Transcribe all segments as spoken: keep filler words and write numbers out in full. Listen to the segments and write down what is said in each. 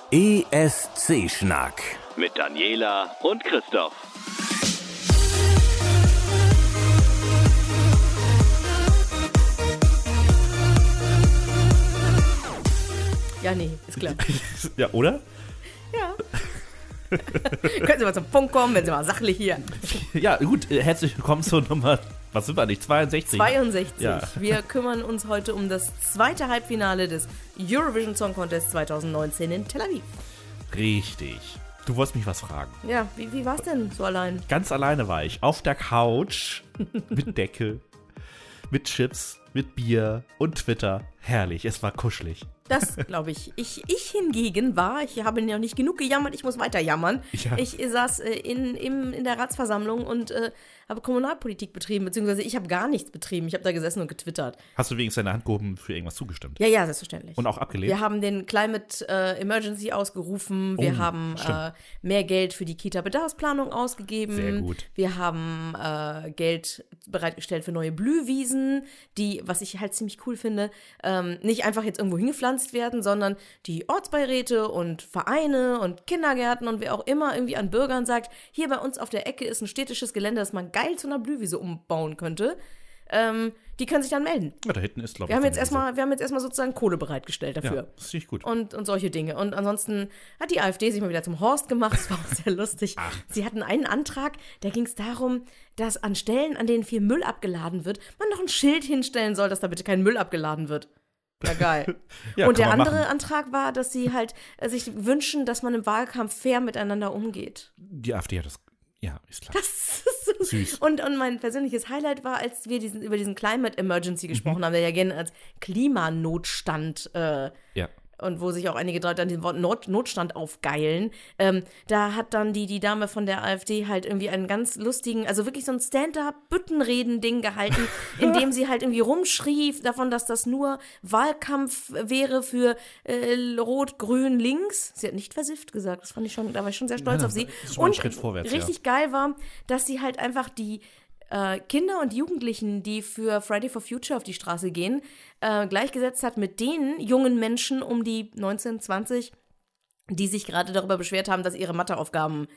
E S C-Schnack mit Daniela und Christoph. Ja, nee, ist klar. Ja, oder? Ja. Können Sie mal zum Punkt kommen, wenn Sie mal sachlich hier. Ja, gut, herzlich willkommen zur Nummer, was sind wir nicht, zweiundsechzig? zweiundsechzig. Ja. Wir kümmern uns heute um das zweite Halbfinale des Eurovision Song Contest zwanzig neunzehn in Tel Aviv. Richtig. Du wolltest mich was fragen. Ja, wie, wie war's denn so allein? Ganz alleine war ich auf der Couch mit Decke, mit Chips, mit Bier und Twitter. Herrlich, es war kuschelig. Das glaube ich. ich. Ich hingegen war, ich habe ja nicht genug gejammert, ich muss weiter jammern. Ja. Ich saß äh, in, im, in der Ratsversammlung und äh, habe Kommunalpolitik betrieben, beziehungsweise ich habe gar nichts betrieben. Ich habe da gesessen und getwittert. Hast du wenigstens deine Hand gehoben für irgendwas zugestimmt? Ja, ja, selbstverständlich. Und auch abgelehnt? Wir haben den Climate äh, Emergency ausgerufen. Wir Oh, haben äh, mehr Geld für die Kita-Bedarfsplanung ausgegeben. Sehr gut. Wir haben äh, Geld bereitgestellt für neue Blühwiesen, die, was ich halt ziemlich cool finde, ähm, nicht einfach jetzt irgendwo hingepflanzt werden, sondern die Ortsbeiräte und Vereine und Kindergärten und wer auch immer irgendwie an Bürgern sagt, hier bei uns auf der Ecke ist ein städtisches Gelände, das man geil zu einer Blühwiese umbauen könnte. Ähm, die können sich dann melden. Ja, da hinten ist, glaube ich, Wir haben, jetzt so eine erstmal, wir haben jetzt erstmal sozusagen Kohle bereitgestellt Wiese. dafür. Ja, das finde ich gut. Und, und solche Dinge. Und ansonsten hat die AfD sich mal wieder zum Horst gemacht. Das war auch sehr lustig. Ach. Sie hatten einen Antrag, da ging es darum, dass an Stellen, an denen viel Müll abgeladen wird, man noch ein Schild hinstellen soll, dass da bitte kein Müll abgeladen wird. Ja, geil. Ja, und der kann man andere machen. Antrag war, dass sie halt äh, sich wünschen, dass man im Wahlkampf fair miteinander umgeht. Die AfD hat das, ja, ist klar. Das ist so Süß. Und, und mein persönliches Highlight war, als wir diesen, über diesen Climate Emergency gesprochen Mhm. haben, der ja gerne als Klimanotstand äh, Ja. und wo sich auch einige Leute an dem Wort Not, Notstand aufgeilen. Ähm, da hat dann die, die Dame von der AfD halt irgendwie einen ganz lustigen, also wirklich so ein Stand-up-Büttenreden-Ding gehalten, in dem sie halt irgendwie rumschrie davon, dass das nur Wahlkampf wäre für äh, Rot, Grün, Links. Sie hat nicht versifft gesagt, das fand ich schon, da war ich schon sehr stolz Ja, auf sie. das ist schon mal ein Und Schritt vorwärts, richtig geil war, dass sie halt einfach die äh, Kinder und Jugendlichen, die für Friday for Future auf die Straße gehen, äh, gleichgesetzt hat mit den jungen Menschen um die neunzehn, zwanzig, die sich gerade darüber beschwert haben, dass ihre Matheaufgaben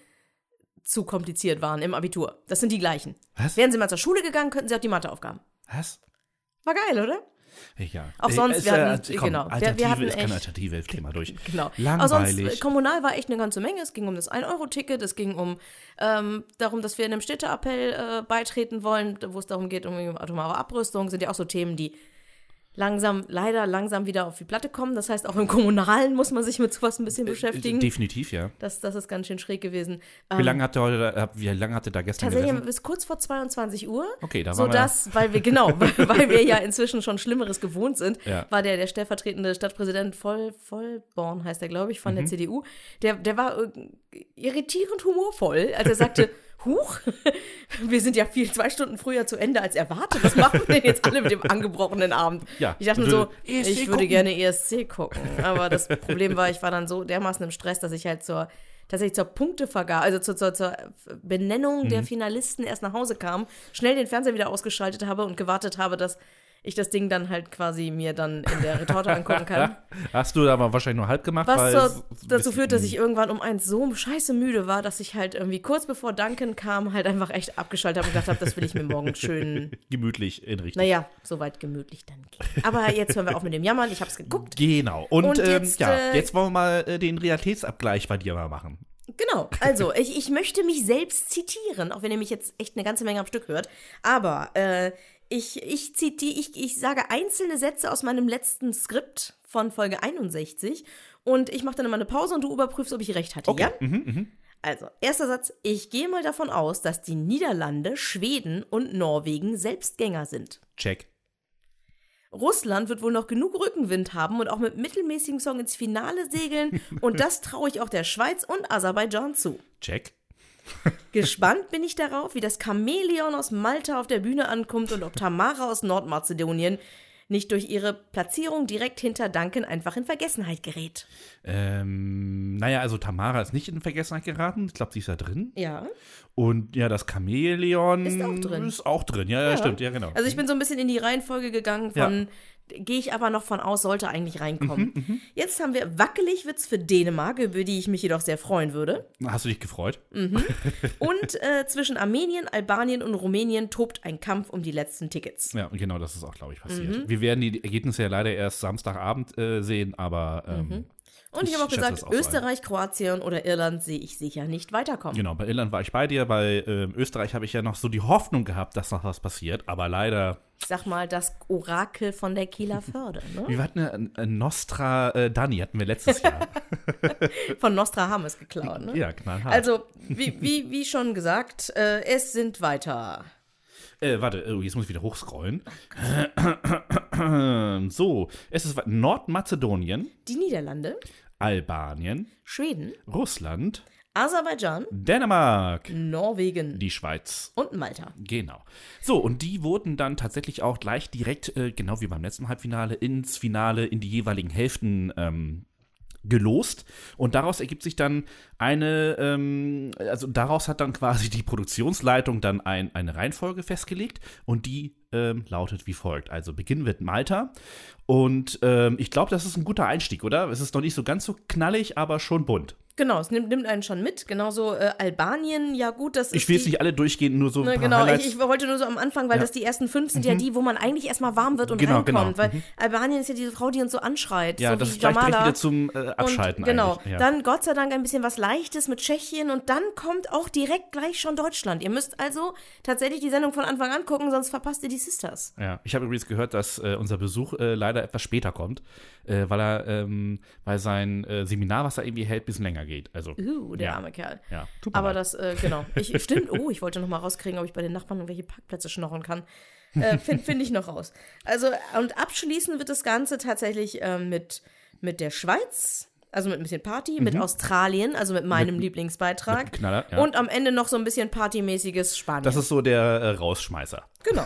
zu kompliziert waren im Abitur. Das sind die gleichen. Was? Wären sie mal zur Schule gegangen, könnten sie auch die Matheaufgaben. Was? War geil, oder? Ja. Auch Ey, sonst, ist, wir äh, hatten- komm, genau, wir- wir Alternative hatten ist keine echt- Alternative, Thema durch. Genau. Aber Langweilig. sonst, äh, kommunal war echt eine ganze Menge. Es ging um das ein Euro Ticket, es ging um ähm, darum, dass wir in einem Städteappell äh, beitreten wollen, wo es darum geht, um atomare Abrüstung. Sind ja auch so Themen, die langsam, leider langsam wieder auf die Platte kommen. Das heißt, auch im Kommunalen muss man sich mit sowas ein bisschen beschäftigen. Definitiv, ja. Das, das ist ganz schön schräg gewesen. Wie Ähm, lange habt ihr heute, da- wie lange habt ihr da gestern Tatsächlich gesessen? bis kurz vor zweiundzwanzig Uhr. Okay, da waren wir- Sodass, weil wir, genau, weil, weil wir ja inzwischen schon Schlimmeres gewohnt sind, Ja. war der, der stellvertretende Stadtpräsident Voll, Vollborn, heißt er, glaube ich, von der C D U, der, der war äh, irritierend humorvoll, als er sagte, huch, wir sind ja viel zwei Stunden früher zu Ende als erwartet. Was machen wir denn jetzt alle mit dem angebrochenen Abend? Ja, Ich dachte mir du- so, E S C ich würde gucken. gerne E S C gucken. Aber das Problem war, ich war dann so dermaßen im Stress, dass ich halt zur tatsächlich zur Punktevergabe, also zur, zur, zur Benennung Mhm. der Finalisten erst nach Hause kam, schnell den Fernseher wieder ausgeschaltet habe und gewartet habe, dass ich das Ding dann halt quasi mir dann in der Retorte angucken kann. Hast du aber wahrscheinlich nur halb gemacht, Was weil so, es- dazu führt, dass ich hm. irgendwann um eins so scheiße müde war, dass ich halt irgendwie kurz bevor Duncan kam, halt einfach echt abgeschaltet habe und gedacht habe, das will ich mir morgen schön, gemütlich inrichten. naja, soweit gemütlich dann geht. Aber jetzt hören wir auf mit dem Jammern, ich hab's geguckt. Genau. Und, Und ähm, jetzt, ja, äh, jetzt wollen wir mal äh, den Realitätsabgleich bei dir mal machen. Genau, also ich, ich möchte mich selbst zitieren, auch wenn ihr mich jetzt echt eine ganze Menge am Stück hört. Aber äh, ich, ich, ziti- ich, ich sage einzelne Sätze aus meinem letzten Skript von Folge einundsechzig und ich mache dann immer eine Pause und du überprüfst, ob ich recht hatte, ja? Mhm, Also, erster Satz. Ich gehe mal davon aus, dass die Niederlande, Schweden und Norwegen Selbstgänger sind. Check. Russland wird wohl noch genug Rückenwind haben und auch mit mittelmäßigem Song ins Finale segeln und das traue ich auch der Schweiz und Aserbaidschan zu. Check. Gespannt bin ich darauf, wie das Chamäleon aus Malta auf der Bühne ankommt und ob Tamara aus Nordmazedonien nicht durch ihre Platzierung direkt hinter Duncan einfach in Vergessenheit gerät. Ähm, naja, also Tamara ist nicht in Vergessenheit geraten. Ich glaube, sie ist da drin. Ja. Und ja, das Chamäleon Ist auch drin. Ist auch drin. Ja, ja, stimmt. Ja, genau. Also ich bin so ein bisschen in die Reihenfolge gegangen von Ja. gehe ich aber noch von aus, sollte eigentlich reinkommen. Mhm, Jetzt haben wir wackelig wird's für Dänemark, über die ich mich jedoch sehr freuen würde. Hast du dich gefreut? Mhm. Und äh, zwischen Armenien, Albanien und Rumänien tobt ein Kampf um die letzten Tickets. Ja, genau, das ist auch, glaube ich, passiert. Mhm. Wir werden die Ergebnisse ja leider erst Samstagabend äh, sehen, aber ähm, mhm. Und ich, ich habe auch gesagt, auch Österreich, so Kroatien oder Irland sehe ich sicher nicht weiterkommen. Genau, bei Irland war ich bei dir, bei äh, Österreich habe ich ja noch so die Hoffnung gehabt, dass noch was passiert, aber leider. Ich sag mal, das Orakel von der Kieler Förde. Ne? Wir hatten eine, eine Nostra äh, Dani, hatten wir letztes Jahr. Von Nostra haben wir es geklaut, ne? Ja, knallhart. Also, wie, wie, wie schon gesagt, äh, es sind weiter. Äh, warte, oh, jetzt muss ich wieder hochscrollen. So, es ist Nordmazedonien. Die Niederlande. Albanien. Schweden. Russland. Aserbaidschan. Dänemark. Norwegen. Die Schweiz. Und Malta. Genau. So, und die wurden dann tatsächlich auch gleich direkt, äh, genau wie beim letzten Halbfinale, ins Finale in die jeweiligen Hälften ähm, gelost. Und daraus ergibt sich dann eine, ähm, also daraus hat dann quasi die Produktionsleitung dann ein, eine Reihenfolge festgelegt und die ähm, lautet wie folgt. Also beginnen wird Malta und ähm, ich glaube, das ist ein guter Einstieg, oder? Es ist noch nicht so ganz so knallig, aber schon bunt. Genau, es nimmt, nimmt einen schon mit. Genauso äh, Albanien, ja gut, das ist Ich will jetzt nicht alle durchgehen, nur so ein ne, paar Genau, Highlights. ich, ich wollte nur so am Anfang, weil ja. das die ersten fünf sind mhm. ja die, wo man eigentlich erstmal warm wird und genau, reinkommt. Genau. Weil mhm. Albanien ist ja diese Frau, die uns so anschreit. Ja, so das wie ist gleich Jamala. direkt wieder zum äh, Abschalten und, Genau, eigentlich. Ja. Dann Gott sei Dank ein bisschen was Leichtes mit Tschechien und dann kommt auch direkt gleich schon Deutschland. Ihr müsst also tatsächlich die Sendung von Anfang an gucken, sonst verpasst ihr die Sisters. Ja, ich habe übrigens gehört, dass äh, unser Besuch äh, leider etwas später kommt, äh, weil er, ähm, weil sein äh, Seminar, was er irgendwie hält, ein bisschen länger geht. Also, uh, der ja. arme Kerl. Ja, tut mir Aber leid. das, äh, genau. Ich, stimmt, oh, ich wollte noch mal rauskriegen, ob ich bei den Nachbarn irgendwelche Parkplätze schnorren kann. Äh, Finde find ich noch raus. Also, und abschließen wird das Ganze tatsächlich äh, mit, mit der Schweiz, also mit ein bisschen Party, mhm. mit Australien, also mit meinem mit, Lieblingsbeitrag. Mit Knaller, ja. Und am Ende noch so ein bisschen partymäßiges Spanien. Das ist so der äh, Rausschmeißer. Genau.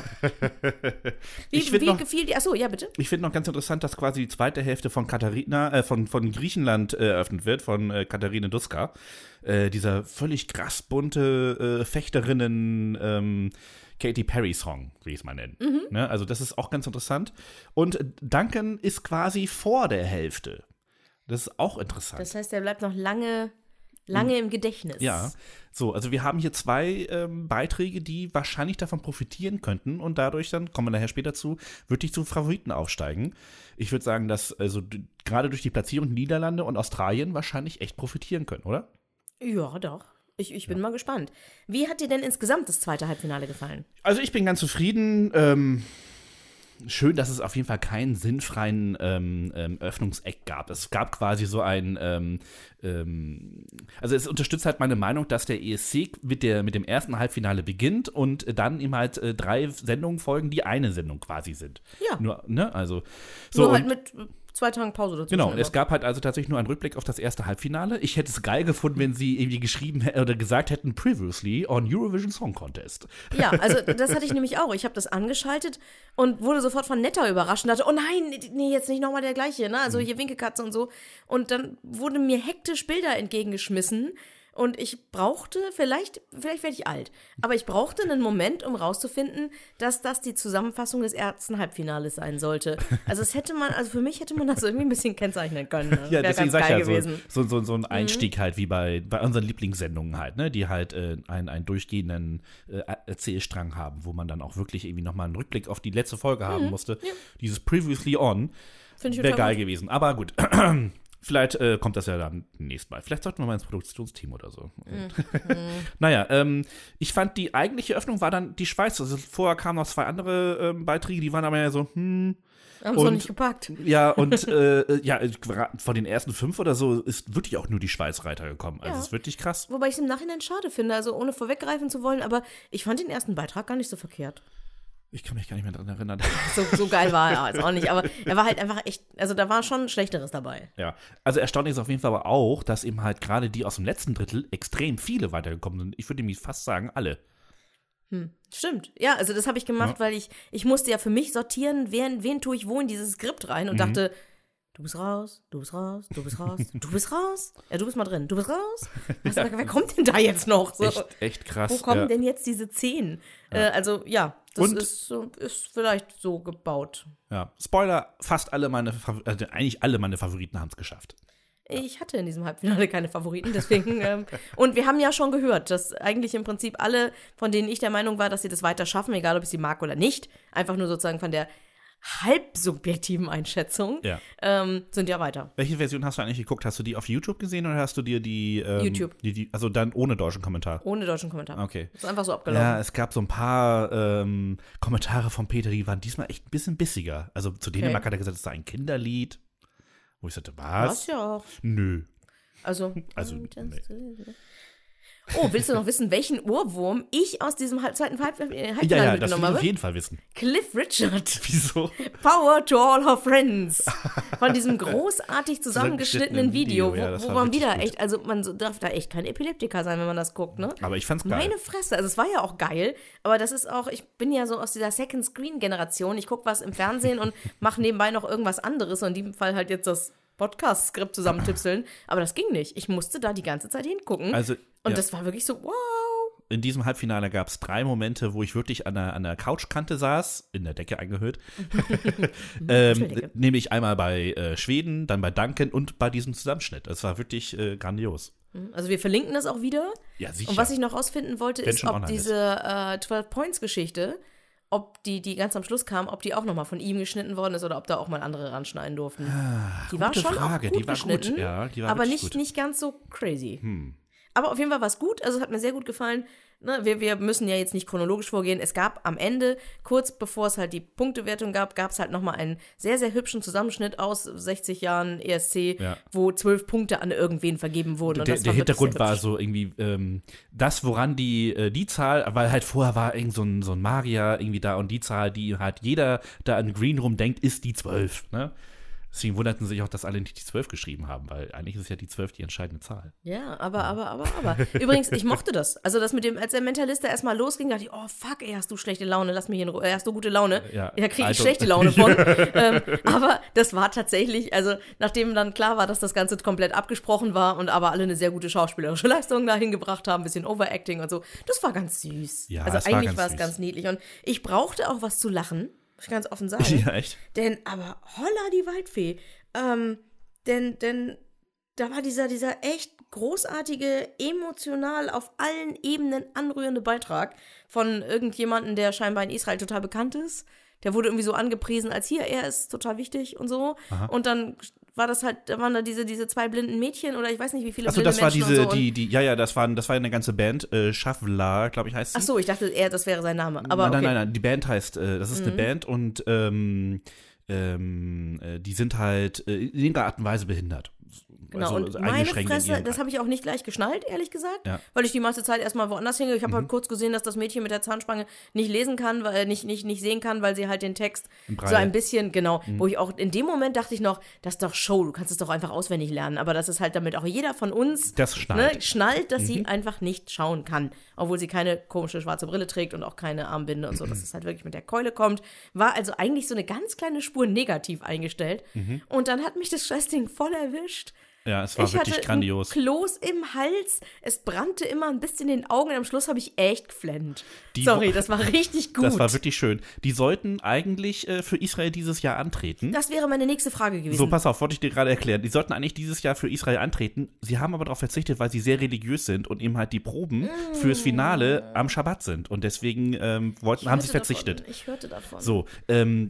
Wie, ich wie noch, gefiel dir? Achso, ja, bitte. Ich finde noch ganz interessant, dass quasi die zweite Hälfte von Katharina, äh, von, von Griechenland äh, eröffnet wird, von äh, Katharine Duska. Äh, dieser völlig krass bunte äh, Fechterinnen ähm, Katy Perry-Song, will ich es mal nennen. Mhm. Ne? Also das ist auch ganz interessant. Und Duncan ist quasi vor der Hälfte. Das ist auch interessant. Das heißt, er bleibt noch lange... Lange im Gedächtnis. Ja, so, also wir haben hier zwei ähm, Beiträge, die wahrscheinlich davon profitieren könnten und dadurch dann, kommen wir nachher später zu, wirklich zu Favoriten aufsteigen. Ich würde sagen, dass also d- gerade durch die Platzierung Niederlande und Australien wahrscheinlich echt profitieren können, oder? Ja, doch. Ich, ich bin ja. mal gespannt. Wie hat dir denn insgesamt das zweite Halbfinale gefallen? Also ich bin ganz zufrieden. Ähm, schön, dass es auf jeden Fall keinen sinnfreien ähm, ähm, Öffnungseck gab. Es gab quasi so ein, ähm, ähm, also es unterstützt halt meine Meinung, dass der E S C mit, der, mit dem ersten Halbfinale beginnt und dann ihm halt äh, drei Sendungen folgen, die eine Sendung quasi sind. Ja. Nur, ne, also so. Nur halt mit zwei Tagen Pause dazu. Genau, es gab halt also tatsächlich nur einen Rückblick auf das erste Halbfinale. Ich hätte es geil gefunden, wenn sie irgendwie geschrieben oder gesagt hätten, previously on Eurovision Song Contest. Ja, also das hatte ich nämlich auch. Ich habe das angeschaltet und wurde sofort von Netta überrascht und dachte, oh nein, nee, jetzt nicht nochmal der gleiche, ne? Also hier Winkelkatze und so. Und dann wurden mir hektisch Bilder entgegengeschmissen. Und ich brauchte, vielleicht, vielleicht werde ich alt, aber ich brauchte einen Moment, um rauszufinden, dass das die Zusammenfassung des ersten Halbfinales sein sollte. Also es hätte man, also für mich hätte man das irgendwie ein bisschen kennzeichnen können. Ne? Ja, deswegen sag ich ja, gewesen. So, so, so ein Einstieg mhm. halt wie bei, bei unseren Lieblingssendungen halt, ne, die halt äh, einen, einen durchgehenden äh, Erzählstrang haben, wo man dann auch wirklich irgendwie nochmal einen Rückblick auf die letzte Folge mhm. haben musste. Ja. Dieses Previously on wäre geil gut. gewesen, aber gut. Vielleicht äh, kommt das ja dann nächstes Mal. Vielleicht sollten wir mal ins Produktionsteam oder so. Mhm. Naja, ähm, ich fand, die eigentliche Öffnung war dann die Schweiz. Also vorher kamen noch zwei andere ähm, Beiträge, die waren aber ja so, hm. Haben sie noch nicht gepackt. Ja, und äh, ja, von den ersten fünf oder so ist wirklich auch nur die Schweiz weitergekommen. Also, es ja. ist wirklich krass. Wobei ich es im Nachhinein schade finde, also ohne vorweggreifen zu wollen, aber ich fand den ersten Beitrag gar nicht so verkehrt. Ich kann mich gar nicht mehr daran erinnern. So, so geil war er jetzt auch nicht, aber er war halt einfach echt, also da war schon Schlechteres dabei. Ja, also erstaunlich ist auf jeden Fall aber auch, dass eben halt gerade die aus dem letzten Drittel extrem viele weitergekommen sind. Ich würde nämlich fast sagen, alle. Hm, stimmt. Ja, also das habe ich gemacht, ja. weil ich, ich musste ja für mich sortieren, wen, wen tue ich wo in dieses Skript rein und mhm. dachte, Du bist raus, du bist raus, du bist raus, du bist raus. Ja, du bist mal drin, du bist raus. Was, ja. Wer kommt denn da jetzt noch? So. Echt, echt krass. Wo kommen ja. denn jetzt diese zehn? Ja. Äh, also, ja, das ist, so, ist vielleicht so gebaut. Ja, Spoiler, fast alle meine, also eigentlich alle meine Favoriten haben es geschafft. Ich hatte in diesem Halbfinale keine Favoriten, deswegen. ähm, und wir haben ja schon gehört, dass eigentlich im Prinzip alle, von denen ich der Meinung war, dass sie das weiter schaffen, egal ob ich sie mag oder nicht, einfach nur sozusagen von der halbsubjektiven Einschätzung, ja. ähm, sind ja weiter. Welche Version hast du eigentlich geguckt? Hast du die auf YouTube gesehen oder hast du dir die ähm, YouTube. Die, die, also dann ohne deutschen Kommentar? Ohne deutschen Kommentar. Okay. Das ist einfach so abgelaufen. Ja, es gab so ein paar ähm, Kommentare von Peter, die waren diesmal echt ein bisschen bissiger. Also zu Dänemark okay. hat er gesagt, es sei ein Kinderlied. Wo ich sagte, was? Was ja auch. Nö. Also, also nee. nee. Oh, willst du noch wissen, welchen Ohrwurm ich aus diesem halb, zweiten Halb, äh, Halbfinale Ja, ja, das will mitgenommen ich habe? auf jeden Fall wissen. Cliff Richard. Wieso? Power to all her friends. Von diesem großartig zusammengeschnittenen Video, Video, wo, ja, wo war man wieder gut. echt, also man so, darf da echt kein Epileptiker sein, wenn man das guckt, ne? Aber ich fand's geil. Meine Fresse, also es war ja auch geil, aber das ist auch, ich bin ja so aus dieser Second-Screen-Generation, ich gucke was im Fernsehen und mache nebenbei noch irgendwas anderes und in diesem Fall halt jetzt das Podcast-Skript zusammentipseln, aber das ging nicht. Ich musste da die ganze Zeit hingucken Also, und ja. das war wirklich so, wow. In diesem Halbfinale gab es drei Momente, wo ich wirklich an der, an der Couchkante saß, in der Decke eingehüllt. ähm, nämlich einmal bei äh, Schweden, dann bei Duncan und bei diesem Zusammenschnitt. Es war wirklich äh, grandios. Also wir verlinken das auch wieder. Ja, sicher. Und was ich noch rausfinden wollte, Wenn ist, schon ob online diese äh, zwölf-Points-Geschichte, ob die, die ganz am Schluss kam, ob die auch nochmal von ihm geschnitten worden ist oder ob da auch mal andere ranschneiden durften. Ah, die war gute schon Frage. auch gut Die war geschnitten, gut. Ja, die war aber wirklich nicht, gut. nicht ganz so crazy. Hm. Aber auf jeden Fall war es gut, also es hat mir sehr gut gefallen. Ne, wir, wir müssen ja jetzt nicht chronologisch vorgehen. Es gab am Ende, kurz bevor es halt die Punktewertung gab, gab es halt nochmal einen sehr, sehr hübschen Zusammenschnitt aus sechzig Jahren E S C, Ja. wo zwölf Punkte an irgendwen vergeben wurden. Und Der, das der war wirklich Hintergrund sehr war hübsch. so irgendwie ähm, das, woran die, äh, die Zahl, weil halt vorher war irgend so ein, so ein Magier irgendwie da und die Zahl, die halt jeder da an Green Room denkt, ist die zwölf, ne? Deswegen wunderten sich auch, dass alle nicht die zwölf geschrieben haben, weil eigentlich ist ja die zwölf die entscheidende Zahl. Ja, aber, aber, aber, aber. Übrigens, ich mochte das. Also das mit dem, als der Mentalist da erstmal losging, dachte ich, oh fuck, ey, hast du schlechte Laune, lass mich in Ruhe, äh, hast du gute Laune? Ja, da kriege ich also- schlechte Laune von. ähm, aber das war tatsächlich, also nachdem dann klar war, dass das Ganze komplett abgesprochen war und aber alle eine sehr gute schauspielerische Leistung dahin gebracht haben, ein bisschen Overacting und so, das war ganz süß. Ja, also es war eigentlich ganz war es süß. ganz niedlich und ich brauchte auch was zu lachen, muss ich ganz offen sagen. Ja, echt? Denn, aber holla die Waldfee. Ähm, denn, denn da war dieser, dieser echt großartige, emotional auf allen Ebenen anrührende Beitrag von irgendjemandem, der scheinbar in Israel total bekannt ist. Der wurde irgendwie so angepriesen, als hier, er ist total wichtig und so. Aha. Und dann war das halt, da waren da diese, diese zwei blinden Mädchen oder ich weiß nicht, wie viele Achso, blinde das war Menschen diese, und so. die, die, ja, ja, das war, das war eine ganze Band, äh, Shavla, glaube ich, heißt sie. Ach so, ich dachte, er, das wäre sein Name. Aber nein, okay. nein, nein, nein, die Band heißt, äh, das ist Mhm. eine Band und ähm, ähm, äh, die sind halt äh, in irgendeiner Art und Weise behindert. Genau, Also und meine eingeschränkt in Fresse, ihrem- das habe ich auch nicht gleich geschnallt, ehrlich gesagt, Ja. weil ich die meiste Zeit erstmal woanders hinge. Ich habe Mhm. halt kurz gesehen, dass das Mädchen mit der Zahnspange nicht lesen kann, weil nicht, nicht, nicht sehen kann, weil sie halt den Text Im so Braille. ein bisschen, genau, Mhm. wo ich auch, in dem Moment dachte ich noch, das ist doch Show, du kannst es doch einfach auswendig lernen, aber das ist halt damit auch jeder von uns Das schnallt. Ne, schnallt, dass Mhm. sie einfach nicht schauen kann, obwohl sie keine komische schwarze Brille trägt und auch keine Armbinde und so, dass es halt wirklich mit der Keule kommt, war also eigentlich so eine ganz kleine Spur negativ eingestellt Mhm. und dann hat mich das Scheißding voll erwischt. Ja, es war Ich wirklich hatte grandios. ein Kloß im Hals, es brannte immer ein bisschen in den Augen und am Schluss habe ich echt geflennt. Die Sorry, Wo- das war richtig gut. Das war wirklich schön. Die sollten eigentlich äh, für Israel dieses Jahr antreten. Das wäre meine nächste Frage gewesen. So, pass auf, wollte ich dir gerade erklären. Die sollten eigentlich dieses Jahr für Israel antreten. Sie haben aber darauf verzichtet, weil sie sehr religiös sind und eben halt die Proben Mm. fürs Finale am Schabbat sind. Und deswegen ähm, wollten, Ich haben sie hörte verzichtet. Davon. Ich hörte davon. So, ähm,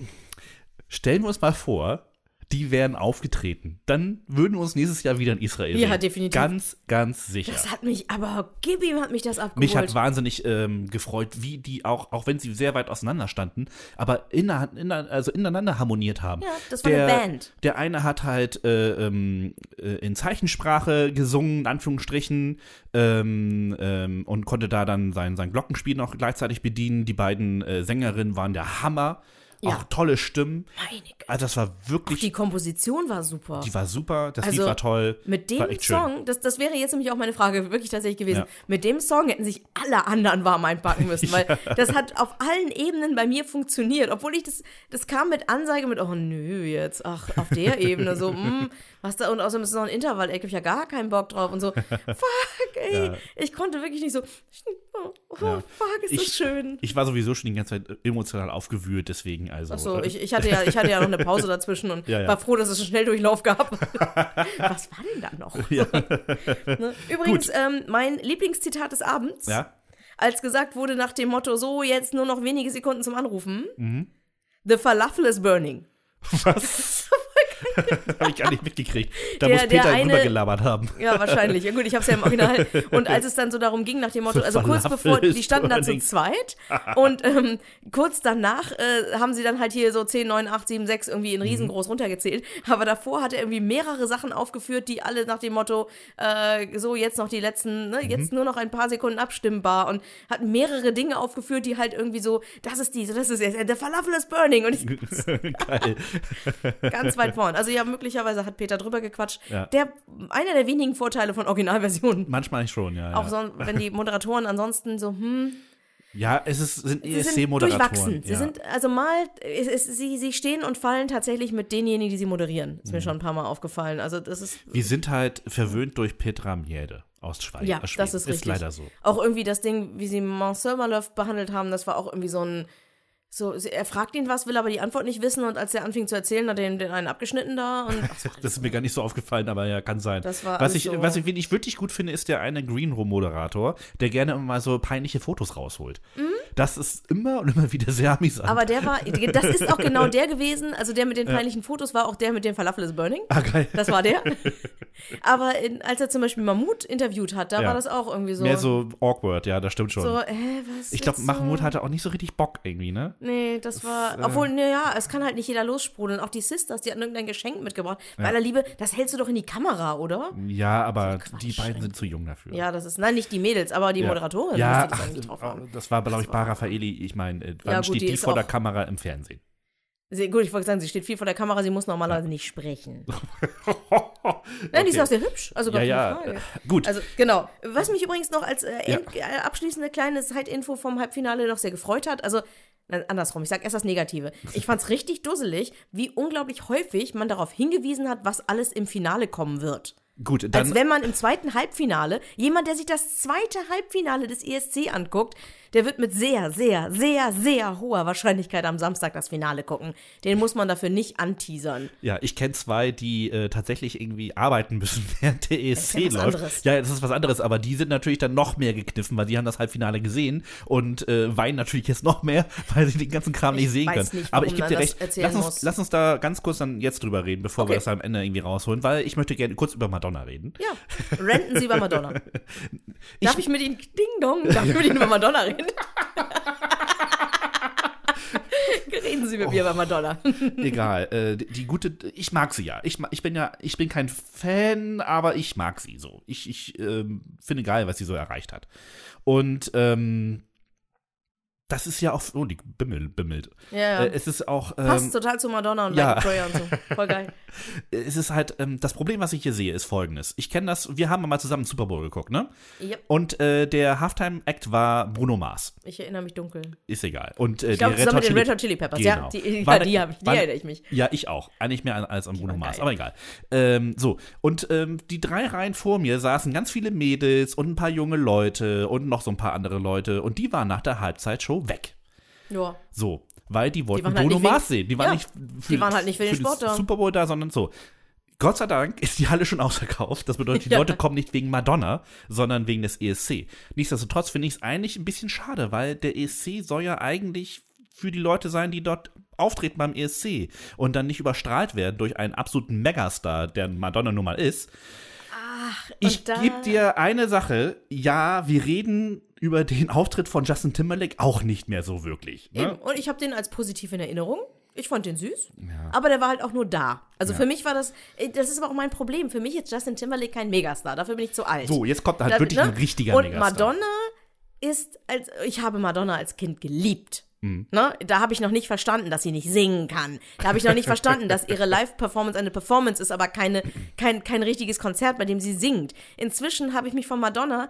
stellen wir uns mal vor, die wären aufgetreten. Dann würden wir uns nächstes Jahr wieder in Israel Ja, sehen. definitiv. Ganz, ganz sicher. Das hat mich, aber gib ihm hat mich das abgeholt. Mich hat wahnsinnig ähm, gefreut, wie die auch, auch wenn sie sehr weit auseinander standen, aber inner, inner, also ineinander harmoniert haben. Ja, das war der, eine Band. Der eine hat halt äh, ähm, äh, in Zeichensprache gesungen, in Anführungsstrichen, ähm, ähm, und konnte da dann sein, sein Glockenspiel noch gleichzeitig bedienen. Die beiden äh, Sängerinnen waren der Hammer. Ja. Auch tolle Stimmen. Meine Güte. Also das war wirklich, Ach, die Komposition war super. die war super, das Also, Lied war toll. Mit dem war echt schön. Song, das, das wäre jetzt nämlich auch meine Frage wirklich tatsächlich gewesen, Ja. mit dem Song hätten sich alle anderen warm einpacken müssen, weil das hat auf allen Ebenen bei mir funktioniert, obwohl ich das, das kam mit Ansage mit, oh nö, jetzt, ach, auf der Ebene, so, mh, was da, und außerdem ist es noch ein Intervall, ey, ich hab ja gar keinen Bock drauf und so, fuck, ey, Ja. ich konnte wirklich nicht so, oh, oh Ja. fuck, ist Ich- das schön. Ich war sowieso schon die ganze Zeit emotional aufgewühlt, deswegen also. Achso, äh, ich, ich, hatte ja, ich hatte ja noch eine Pause dazwischen und Ja, ja. war froh, dass es einen Schnelldurchlauf gab. Was war denn da noch? Ja. Ne? Übrigens, ähm, mein Lieblingszitat des Abends, Ja? als gesagt wurde nach dem Motto, so, jetzt nur noch wenige Sekunden zum Anrufen, Mhm. The Falafel is burning. Was? Habe ich gar nicht mitgekriegt. Da Der- muss Peter der eine- rübergelabert haben. Ja, wahrscheinlich. Ja gut, ich hab's ja im Original. Und als es dann so darum ging, nach dem Motto, also kurz Falafel bevor, is die standen da zu burning. zweit und ähm, kurz danach äh, haben sie dann halt hier so zehn, neun, acht, sieben, sechs irgendwie in riesengroß runtergezählt. Aber davor hat er irgendwie mehrere Sachen aufgeführt, die alle nach dem Motto, äh, so jetzt noch die letzten, ne, jetzt nur noch ein paar Sekunden abstimmbar und hat mehrere Dinge aufgeführt, die halt irgendwie so, das ist diese, das ist jetzt, der Falafel is burning und ich, Geil. ganz weit vorn. Also ja, möglicherweise hat Peter drüber gequatscht. Ja. Der, einer der wenigen Vorteile von Originalversionen. Manchmal schon, ja. Auch ja. so, wenn die Moderatoren ansonsten so, hm, Ja, es ist, sind sie sind E S C-Moderatoren. durchwachsen. Sie ja. sind, also mal, es, es, sie, sie stehen und fallen tatsächlich mit denjenigen, die sie moderieren. Mhm. Ist mir schon ein paar Mal aufgefallen. Also das ist, Wir sind halt verwöhnt durch Petra Mjelde aus Schweiz. ja, aus Schweden. das ist richtig. Ist leider so. Auch irgendwie das Ding, wie sie Marcel Malöff behandelt haben, das war auch irgendwie so ein, so, sie- er fragt ihn was, will aber die Antwort nicht wissen und als er anfing zu erzählen, hat er ihm den einen abgeschnitten da und ach, das war Das ist mir gar nicht so aufgefallen, aber ja, kann sein. Das war was, alles ich, so- was ich wirklich, wirklich gut finde, ist der eine Green Room-Moderator, der gerne immer mal so peinliche Fotos rausholt. Das ist immer und immer wieder sehr amüsant. Aber der war, das ist auch genau der gewesen, also der mit den peinlichen Fotos war auch der mit dem Falafel is burning. ah, geil. Das war der. Aber in, als er zum Beispiel Mahmoud interviewt hat, da Ja. war das auch irgendwie so. Mehr so awkward, ja, das stimmt schon. so, hä, was ich glaube, ist Mahmoud so? hatte auch nicht so richtig Bock irgendwie, ne? Nee, das war. äh, obwohl, naja, es kann halt nicht jeder lossprudeln. Auch die Sisters, die hatten irgendein Geschenk mitgebracht. Bei aller Liebe, das hältst du doch in die Kamera, oder? Ja, aber Quatsch, die beiden ey. sind zu jung dafür. Ja, das ist. Nein, nicht die Mädels, aber die Ja. Moderatorin. Ja, müsste das ach, eigentlich drauf haben. das war, glaube ich, Das war- Bara Raffaeli. Ich meine, äh, wann Ja, gut, steht die die ist vor der auch- Kamera im Fernsehen? Sie, gut, ich wollte sagen, sie steht viel vor der Kamera, sie muss normalerweise nicht sprechen. Nein, die Okay. ist auch sehr hübsch. Also gar Ja, keine ja, Frage. äh, gut. Also, genau. Was mich übrigens noch als äh, Ja. end, äh, abschließende kleine Zeitinfo vom Halbfinale noch sehr gefreut hat, also nein, andersrum, ich sag erst das Negative. Ich fand's richtig dusselig, wie unglaublich häufig man darauf hingewiesen hat, was alles im Finale kommen wird. Gut, Als dann wenn man im zweiten Halbfinale, jemand, der sich das zweite Halbfinale des E S C anguckt, der wird mit sehr, sehr, sehr, sehr hoher Wahrscheinlichkeit am Samstag das Finale gucken. Den muss man dafür nicht anteasern. Ja, ich kenne zwei, die äh, tatsächlich irgendwie arbeiten müssen, während der E S C Das ist ja was läuft. anderes. Ja, das ist was anderes, aber die sind natürlich dann noch mehr gekniffen, weil die haben das Halbfinale gesehen und äh, weinen natürlich jetzt noch mehr, weil sie den ganzen Kram nicht sehen weiß können. nicht, aber warum ich gebe man dir das recht, erzählen lass uns, muss. lass uns da ganz kurz dann jetzt drüber reden, bevor wir Okay. das am Ende irgendwie rausholen, weil ich möchte gerne kurz über Madonna reden. Ja, renten Sie über Madonna. Ich- Darf ich mit Ihnen, Ding Dong, darf ich mit Ihnen über Madonna reden? Reden Sie mit mir über Madonna. Egal, äh, die, die gute, ich mag sie ja. Ich, ma- ich bin ja, ich bin kein Fan, aber ich mag sie so. Ich, ich ähm, finde geil, was sie so erreicht hat. Und ähm, das ist ja auch, oh, die bimmel, bimmelt. Ja, ja. Äh, es ist auch, ähm, Passt total zu Madonna und ja. Like a Prayer und so. Voll geil. es ist halt, ähm, das Problem, was ich hier sehe, ist folgendes. Ich kenne das, wir haben mal zusammen Super Bowl geguckt, ne? Yep. Und äh, der Halftime-Act war Bruno Mars. Ich erinnere mich dunkel. Ist egal. Und äh, Ich glaube, die zusammen mit den Chili- Red Hot Chili Peppers. Genau. Ja, die, War ja, die, ne- hab ich, die war- erinnere ich mich. Ja, ich auch. Eigentlich mehr an- als an Bruno waren Mars, geil. aber egal. Ähm, so, und ähm, die drei Reihen vor mir saßen ganz viele Mädels und ein paar junge Leute und noch so ein paar andere Leute und die waren nach der Halbzeitshow weg. Ja. So, weil die wollten waren halt Bruno nicht wegen- Mars sehen. Die waren Ja, nicht für, die waren halt nicht für den Sport das da. Super Bowl da, sondern so. Gott sei Dank ist die Halle schon ausverkauft. Das bedeutet, die Ja. Leute kommen nicht wegen Madonna, sondern wegen des E S C. Nichtsdestotrotz finde ich es eigentlich ein bisschen schade, weil der E S C soll ja eigentlich für die Leute sein, die dort auftreten beim E S C und dann nicht überstrahlt werden durch einen absoluten Megastar, der Madonna nun mal ist. Ach, Ich und da- gebe dir eine Sache. Ja, wir reden über den Auftritt von Justin Timberlake auch nicht mehr so wirklich. Ne? Eben. Und ich habe den als positiv in Erinnerung. Ich fand den süß. Aber der war halt auch nur da. Also Ja. für mich war das, äh, das ist aber auch mein Problem. Für mich ist Justin Timberlake kein Megastar. Dafür bin ich zu alt. So, jetzt kommt halt Da- wirklich ne? ein richtiger Und Megastar. Madonna ist, als ich habe Madonna als Kind geliebt. Mhm. Ne? Da habe ich noch nicht verstanden, dass sie nicht singen kann. Da habe ich noch nicht verstanden, dass ihre Live-Performance eine Performance ist, aber keine, kein, kein richtiges Konzert, bei dem sie singt. Inzwischen habe ich mich von Madonna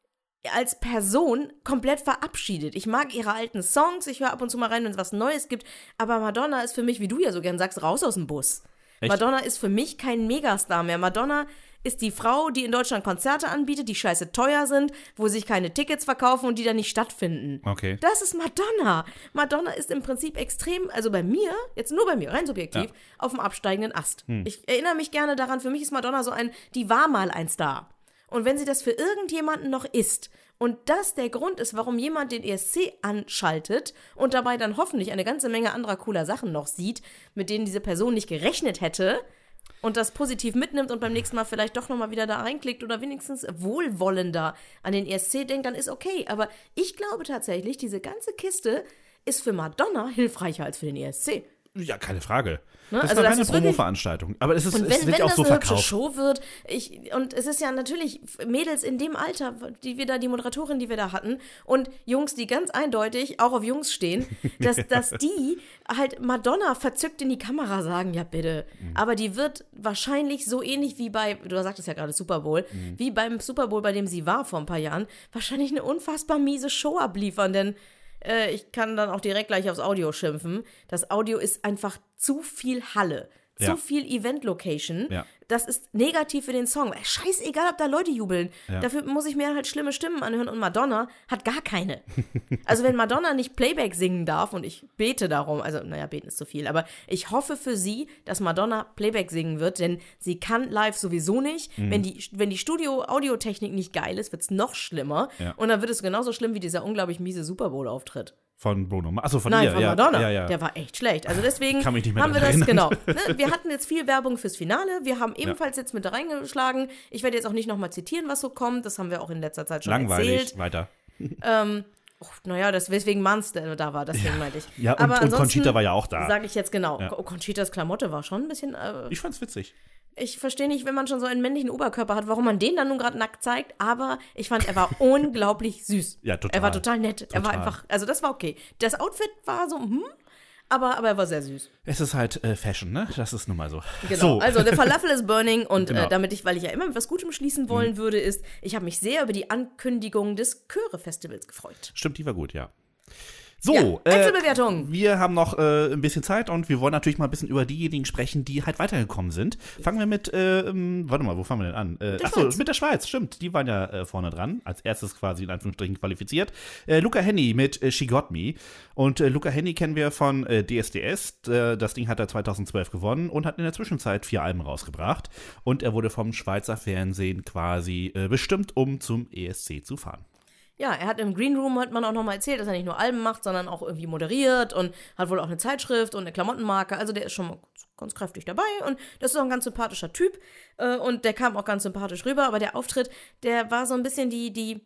als Person komplett verabschiedet. Ich mag ihre alten Songs, ich höre ab und zu mal rein, wenn es was Neues gibt, aber Madonna ist für mich, wie du ja so gern sagst, raus aus dem Bus. Echt? Madonna ist für mich kein Megastar mehr. Madonna ist die Frau, die in Deutschland Konzerte anbietet, die scheiße teuer sind, wo sich keine Tickets verkaufen und die dann nicht stattfinden. Okay. Das ist Madonna. Madonna ist im Prinzip extrem, also bei mir, jetzt nur bei mir, rein subjektiv, ja. auf dem absteigenden Ast. Hm. Ich erinnere mich gerne daran, für mich ist Madonna so ein, die war mal ein Star. Und wenn sie das für irgendjemanden noch ist und das der Grund ist, warum jemand den E S C anschaltet und dabei dann hoffentlich eine ganze Menge anderer cooler Sachen noch sieht, mit denen diese Person nicht gerechnet hätte und das positiv mitnimmt und beim nächsten Mal vielleicht doch nochmal wieder da reinklickt oder wenigstens wohlwollender an den E S C denkt, dann ist okay. Aber ich glaube tatsächlich, diese ganze Kiste ist für Madonna hilfreicher als für den E S C. Ja, keine Frage. Ne? Das also war das keine Promo-Veranstaltung. Aber es, ist, und wenn, es wird wenn ja auch das so eine verkauft. hübsche Show wird, ich, und es ist ja natürlich Mädels in dem Alter, die wir da, die Moderatorin, die wir da hatten, und Jungs, die ganz eindeutig auch auf Jungs stehen, dass, dass die halt Madonna verzückt in die Kamera sagen, ja bitte. Mhm. Aber die wird wahrscheinlich so ähnlich wie bei, du sagtest ja gerade Super Bowl, mhm. wie beim Super Bowl, bei dem sie war vor ein paar Jahren, wahrscheinlich eine unfassbar miese Show abliefern, denn ich kann dann auch direkt gleich aufs Audio schimpfen. Das Audio ist einfach zu viel Halle, zu ja. viel Event-Location. Ja. Das ist negativ für den Song. Scheißegal, ob da Leute jubeln. Ja. Dafür muss ich mir halt schlimme Stimmen anhören und Madonna hat gar keine. Also wenn Madonna nicht Playback singen darf und ich bete darum, also naja, beten ist zu viel, aber ich hoffe für sie, dass Madonna Playback singen wird, denn sie kann live sowieso nicht. Mhm. Wenn die, wenn die Studio-Audiotechnik nicht geil ist, wird es noch schlimmer. Ja. Und dann wird es genauso schlimm wie dieser unglaublich miese Super Bowl-Auftritt. Von Bruno Mars. Achso, von Nein, ihr. von ja, Madonna. Ja, ja. Der war echt schlecht. Also deswegen Kann mich nicht mehr haben wir das, erinnern. genau. Ne, wir hatten jetzt viel Werbung fürs Finale. Wir haben ebenfalls ja. jetzt mit reingeschlagen. Ich werde jetzt auch nicht nochmal zitieren, was so kommt. Das haben wir auch in letzter Zeit schon Langweilig. erzählt. Weiter. Ähm, oh, naja, das, weswegen Mans da war, deswegen ja. meinte ich. Ja, und, Aber und Conchita war ja auch da. Sage ich jetzt genau. Ja. Conchitas Klamotte war schon ein bisschen. Äh, ich fand's witzig. Ich verstehe nicht, wenn man schon so einen männlichen Oberkörper hat, warum man den dann nun gerade nackt zeigt, aber ich fand, er war unglaublich süß. Ja, total. Er war total nett. Total. Er war einfach, also das war okay. Das Outfit war so, hm, aber, aber er war sehr süß. Es ist halt äh, Fashion, ne? Das ist nun mal so. Genau, so. also der Falafel ist burning und genau. äh, damit ich, weil ich ja immer mit was Gutem schließen wollen mhm. würde, ist, ich habe mich sehr über die Ankündigung des Chöre-Festivals gefreut. Stimmt, die war gut, ja. So, ja, Einzelbewertung. Äh, wir haben noch äh, ein bisschen Zeit und wir wollen natürlich mal ein bisschen über diejenigen sprechen, die halt weitergekommen sind. Fangen wir mit, äh, warte mal, wo fangen wir denn an? Äh, achso, mit der Schweiz, stimmt. Die waren ja äh, vorne dran, als erstes quasi in Anführungsstrichen qualifiziert. Äh, Luca Hänni mit äh, She Got Me. Und äh, Luca Hänni kennen wir von äh, D S D S. Äh, das Ding hat er zweitausendzwölf gewonnen und hat in der Zwischenzeit vier Alben rausgebracht. Und er wurde vom Schweizer Fernsehen quasi äh, bestimmt, um zum E S C zu fahren. Ja, er hat im Green Room, hat man auch nochmal erzählt, dass er nicht nur Alben macht, sondern auch irgendwie moderiert und hat wohl auch eine Zeitschrift und eine Klamottenmarke. Also der ist schon mal ganz kräftig dabei und das ist auch ein ganz sympathischer Typ äh, und der kam auch ganz sympathisch rüber. Aber der Auftritt, der war so ein bisschen die, die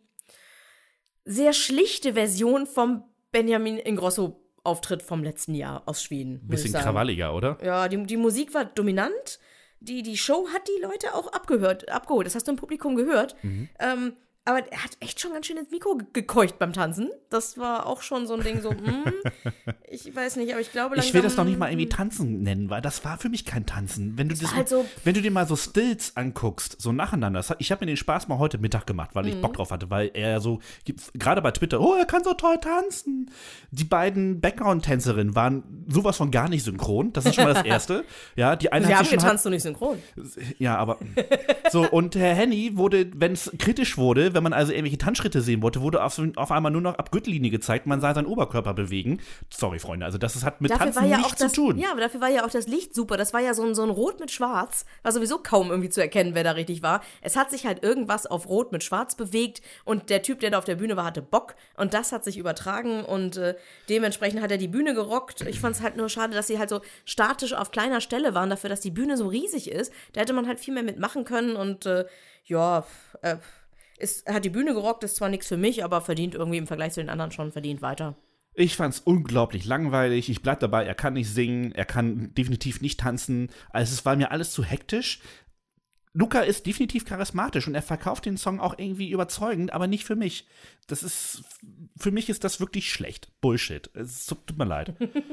sehr schlichte Version vom Benjamin Ingrosso-Auftritt vom letzten Jahr aus Schweden. Bisschen krawalliger, oder? Ja, die, die Musik war dominant. Die, die Show hat die Leute auch abgehört, abgeholt. Das hast du im Publikum gehört. Mhm. Ähm, Aber er hat echt schon ganz schön ins Mikro gekeucht beim Tanzen. Das war auch schon so ein Ding, so, hm, ich weiß nicht, aber ich glaube langsam, ich will das noch nicht mal irgendwie Tanzen nennen, weil das war für mich kein Tanzen. Wenn du, das, halt so, wenn du dir mal so Stills anguckst, so nacheinander, ich habe mir den Spaß mal heute Mittag gemacht, weil ich mhm. Bock drauf hatte, weil er so, gerade bei Twitter, oh, er kann so toll tanzen. Die beiden Background-Tänzerinnen waren sowas von gar nicht synchron, das ist schon mal das Erste. Ja, die eine Sie hat haben sich schon getanzt und nicht synchron. Ja, aber so, und Herr Hänni wurde, wenn es kritisch wurde, wenn man also irgendwelche Tanzschritte sehen wollte, wurde auf, auf einmal nur noch ab Gürtellinie gezeigt, man sah seinen Oberkörper bewegen. Sorry, Freunde, also das hat mit dafür Tanzen ja nichts das, zu tun. Ja, aber dafür war ja auch das Licht super. Das war ja so ein, so ein Rot mit Schwarz. War sowieso kaum irgendwie zu erkennen, wer da richtig war. Es hat sich halt irgendwas auf Rot mit Schwarz bewegt und der Typ, der da auf der Bühne war, hatte Bock und das hat sich übertragen und äh, dementsprechend hat er die Bühne gerockt. Ich fand es halt nur schade, dass sie halt so statisch auf kleiner Stelle waren, dafür, dass die Bühne so riesig ist. Da hätte man halt viel mehr mitmachen können und äh, ja, äh, es hat die Bühne gerockt, ist zwar nichts für mich, aber verdient irgendwie im Vergleich zu den anderen schon verdient weiter. Ich fand's unglaublich langweilig. Ich bleib dabei, er kann nicht singen, er kann definitiv nicht tanzen. Also es war mir alles zu hektisch. Luca ist definitiv charismatisch und er verkauft den Song auch irgendwie überzeugend, aber nicht für mich. Das ist, für mich ist das wirklich schlecht. Bullshit. Es tut mir leid.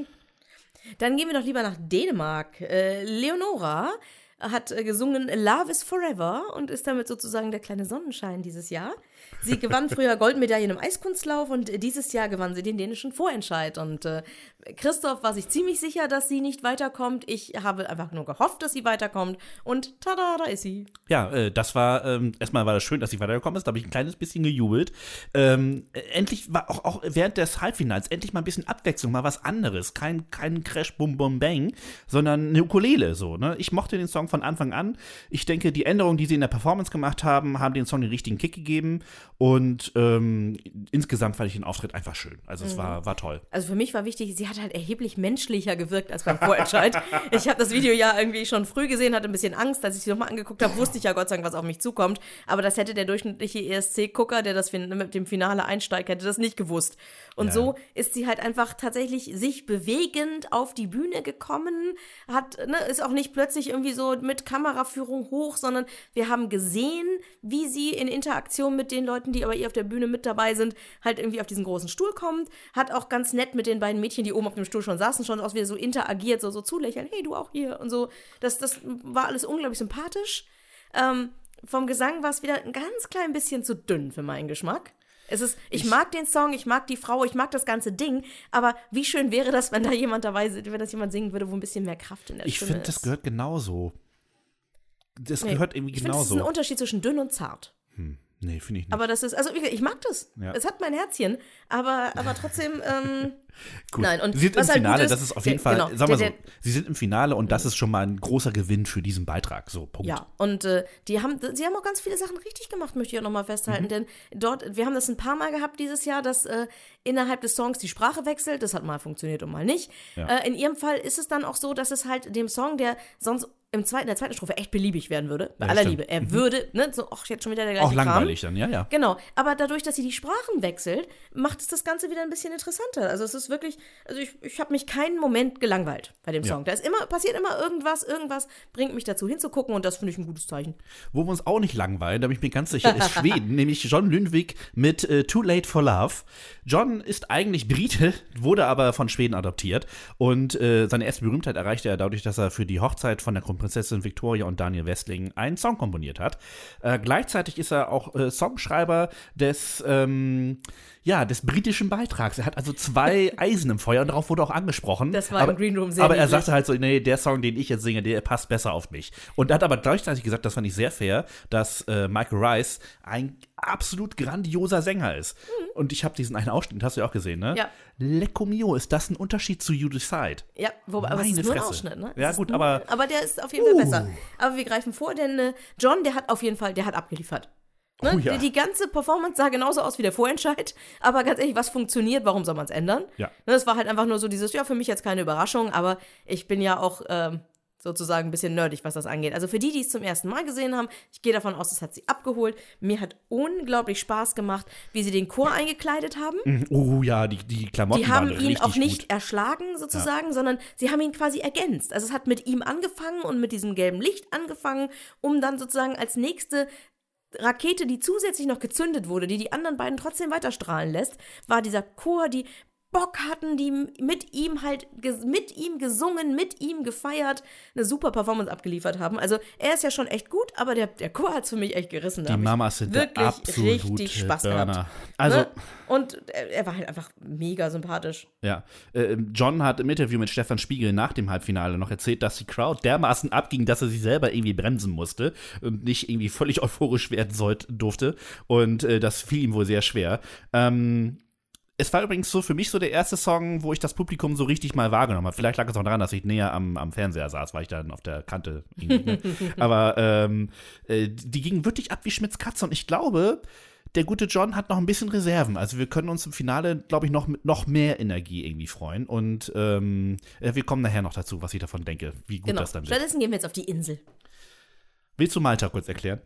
Dann gehen wir doch lieber nach Dänemark. Äh, Leonora hat äh, gesungen Love is Forever und ist damit sozusagen der kleine Sonnenschein dieses Jahr. Sie gewann früher Goldmedaillen im Eiskunstlauf und äh, dieses Jahr gewann sie den dänischen Vorentscheid. Und äh, Christoph war sich ziemlich sicher, dass sie nicht weiterkommt. Ich habe einfach nur gehofft, dass sie weiterkommt. Und tada, da ist sie. Ja, äh, das war, ähm, erstmal war das schön, dass sie weitergekommen ist. Da habe ich ein kleines bisschen gejubelt. Ähm, äh, endlich war auch, auch während des Halbfinals endlich mal ein bisschen Abwechslung, mal was anderes. Kein, kein Crash, Bum, Bum, Bang, sondern eine Ukulele. So, ne? Ich mochte den Song von Anfang an. Ich denke, die Änderungen, die sie in der Performance gemacht haben, haben den Song den richtigen Kick gegeben. Und ähm, insgesamt fand ich den Auftritt einfach schön. Also es mhm. war, war toll. Also für mich war wichtig, sie hat halt erheblich menschlicher gewirkt als beim Vorentscheid. Ich habe das Video ja irgendwie schon früh gesehen, hatte ein bisschen Angst. Als ich sie nochmal angeguckt habe, wusste ich ja Gott sei Dank, was auf mich zukommt. Aber das hätte der durchschnittliche E S C-Gucker, der das mit dem Finale einsteigt, hätte das nicht gewusst. Und ja. so ist sie halt einfach tatsächlich sich bewegend auf die Bühne gekommen, hat, ne, ist auch nicht plötzlich irgendwie so mit Kameraführung hoch, sondern wir haben gesehen, wie sie in Interaktion mit den Leuten, die aber ihr auf der Bühne mit dabei sind, halt irgendwie auf diesen großen Stuhl kommt, hat auch ganz nett mit den beiden Mädchen, die oben auf dem Stuhl schon saßen, schon auch wieder so interagiert, so, so zulächeln, hey, du auch hier und so. Das, das war alles unglaublich sympathisch. Ähm, vom Gesang war es wieder ein ganz klein bisschen zu dünn für meinen Geschmack. Es ist, ich, ich mag den Song, ich mag die Frau, ich mag das ganze Ding, aber wie schön wäre das, wenn da jemand dabei ist, wenn das jemand singen würde, wo ein bisschen mehr Kraft in der ich Stimme find, ist. Ich finde, das gehört genauso. Das nee, gehört irgendwie ich genauso. Ich finde, es ist ein Unterschied zwischen dünn und zart. Hm. Nee, finde ich nicht. Aber das ist, also ich mag das. Ja. Es hat mein Herzchen, aber, aber trotzdem, ähm, gut. Nein. Und sie sind was im Finale, halt ist, das ist auf jeden der, Fall, genau, sagen wir so, sie sind im Finale und das ist schon mal ein großer Gewinn für diesen Beitrag. So, Punkt. Ja, und äh, die haben, sie haben auch ganz viele Sachen richtig gemacht, möchte ich auch nochmal festhalten, mhm. denn dort, wir haben das ein paar Mal gehabt dieses Jahr, dass äh, innerhalb des Songs die Sprache wechselt, das hat mal funktioniert und mal nicht. Ja. Äh, in ihrem Fall ist es dann auch so, dass es halt dem Song, der sonst im zweiten, in der zweiten Strophe echt beliebig werden würde, bei ja, aller stimmt. Liebe. Er mhm. würde, ne, so, ach, jetzt schon wieder der gleiche Auch langweilig Kram. dann, ja, ja. Genau, aber dadurch, dass sie die Sprachen wechselt, macht es das Ganze wieder ein bisschen interessanter. Also es ist wirklich, also ich, ich habe mich keinen Moment gelangweilt bei dem Song. Ja. Da ist immer, passiert immer irgendwas, irgendwas bringt mich dazu hinzugucken und das finde ich ein gutes Zeichen. Wo wir uns auch nicht langweilen, da bin ich mir ganz sicher, ist Schweden, nämlich John Lundvik mit äh, Too Late for Love. John ist eigentlich Brite, wurde aber von Schweden adoptiert und äh, seine erste Berühmtheit erreichte er dadurch, dass er für die Hochzeit von der Kronprinzessin Victoria und Daniel Westling einen Song komponiert hat. Äh, gleichzeitig ist er auch äh, Songschreiber des, ähm, ja, des britischen Beitrags. Er hat also zwei Eisen im Feuer und darauf wurde auch angesprochen. Das war aber, im Green Room sehr Aber niedlich. er sagte halt so, nee, der Song, den ich jetzt singe, der passt besser auf mich. Und er hat aber gleichzeitig gesagt, das fand ich sehr fair, dass äh, Michael Rice ein absolut grandioser Sänger ist. Mhm. Und ich habe diesen einen Ausschnitt, hast du ja auch gesehen, ne? Ja. Lecco mio, ist das ein Unterschied zu You Decide? Ja, wobei, aber es ist nur ein Ausschnitt, ne? Ja, es gut, nur, aber aber der ist auf jeden Fall besser. Aber wir greifen vor, denn äh, John, der hat auf jeden Fall, der hat abgeliefert. Ne? Oh, ja. die, die ganze Performance sah genauso aus wie der Vorentscheid, aber ganz ehrlich, was funktioniert, warum soll man es ändern? Ja. Ne, das war halt einfach nur so dieses, ja, für mich jetzt keine Überraschung, aber ich bin ja auch ähm, sozusagen ein bisschen nerdig, was das angeht. Also für die, die es zum ersten Mal gesehen haben, ich gehe davon aus, das hat sie abgeholt. Mir hat unglaublich Spaß gemacht, wie sie den Chor eingekleidet haben. Oh ja, die, die Klamotten Die haben waren ihn richtig auch nicht gut. erschlagen sozusagen, ja. sondern sie haben ihn quasi ergänzt. Also es hat mit ihm angefangen und mit diesem gelben Licht angefangen, um dann sozusagen als nächste Rakete, die zusätzlich noch gezündet wurde, die die anderen beiden trotzdem weiterstrahlen lässt, war dieser Chor, die Bock hatten, die mit ihm halt, mit ihm gesungen, mit ihm gefeiert, eine super Performance abgeliefert haben. Also er ist ja schon echt gut, aber der, der Chor hat es für mich echt gerissen. Die Mamas sind wirklich richtig Spaß Burner. gehabt. Also ne? Und er, er war halt einfach mega sympathisch. Ja, äh, John hat im Interview mit Stefan Spiegel nach dem Halbfinale noch erzählt, dass die Crowd dermaßen abging, dass er sich selber irgendwie bremsen musste und nicht irgendwie völlig euphorisch werden sollte, durfte. Und äh, das fiel ihm wohl sehr schwer. Ähm, Es war übrigens so für mich so der erste Song, wo ich das Publikum so richtig mal wahrgenommen habe. Vielleicht lag es auch daran, dass ich näher am, am Fernseher saß, weil ich dann auf der Kante ging. Ne? Aber ähm, äh, die gingen wirklich ab wie Schmitz Katze. Und ich glaube, der gute John hat noch ein bisschen Reserven. Also wir können uns im Finale, glaube ich, noch mit noch mehr Energie irgendwie freuen. Und ähm, wir kommen nachher noch dazu, was ich davon denke, wie gut genau. das dann wird. Stattdessen gehen wir jetzt auf die Insel. Willst du Malta kurz erklären?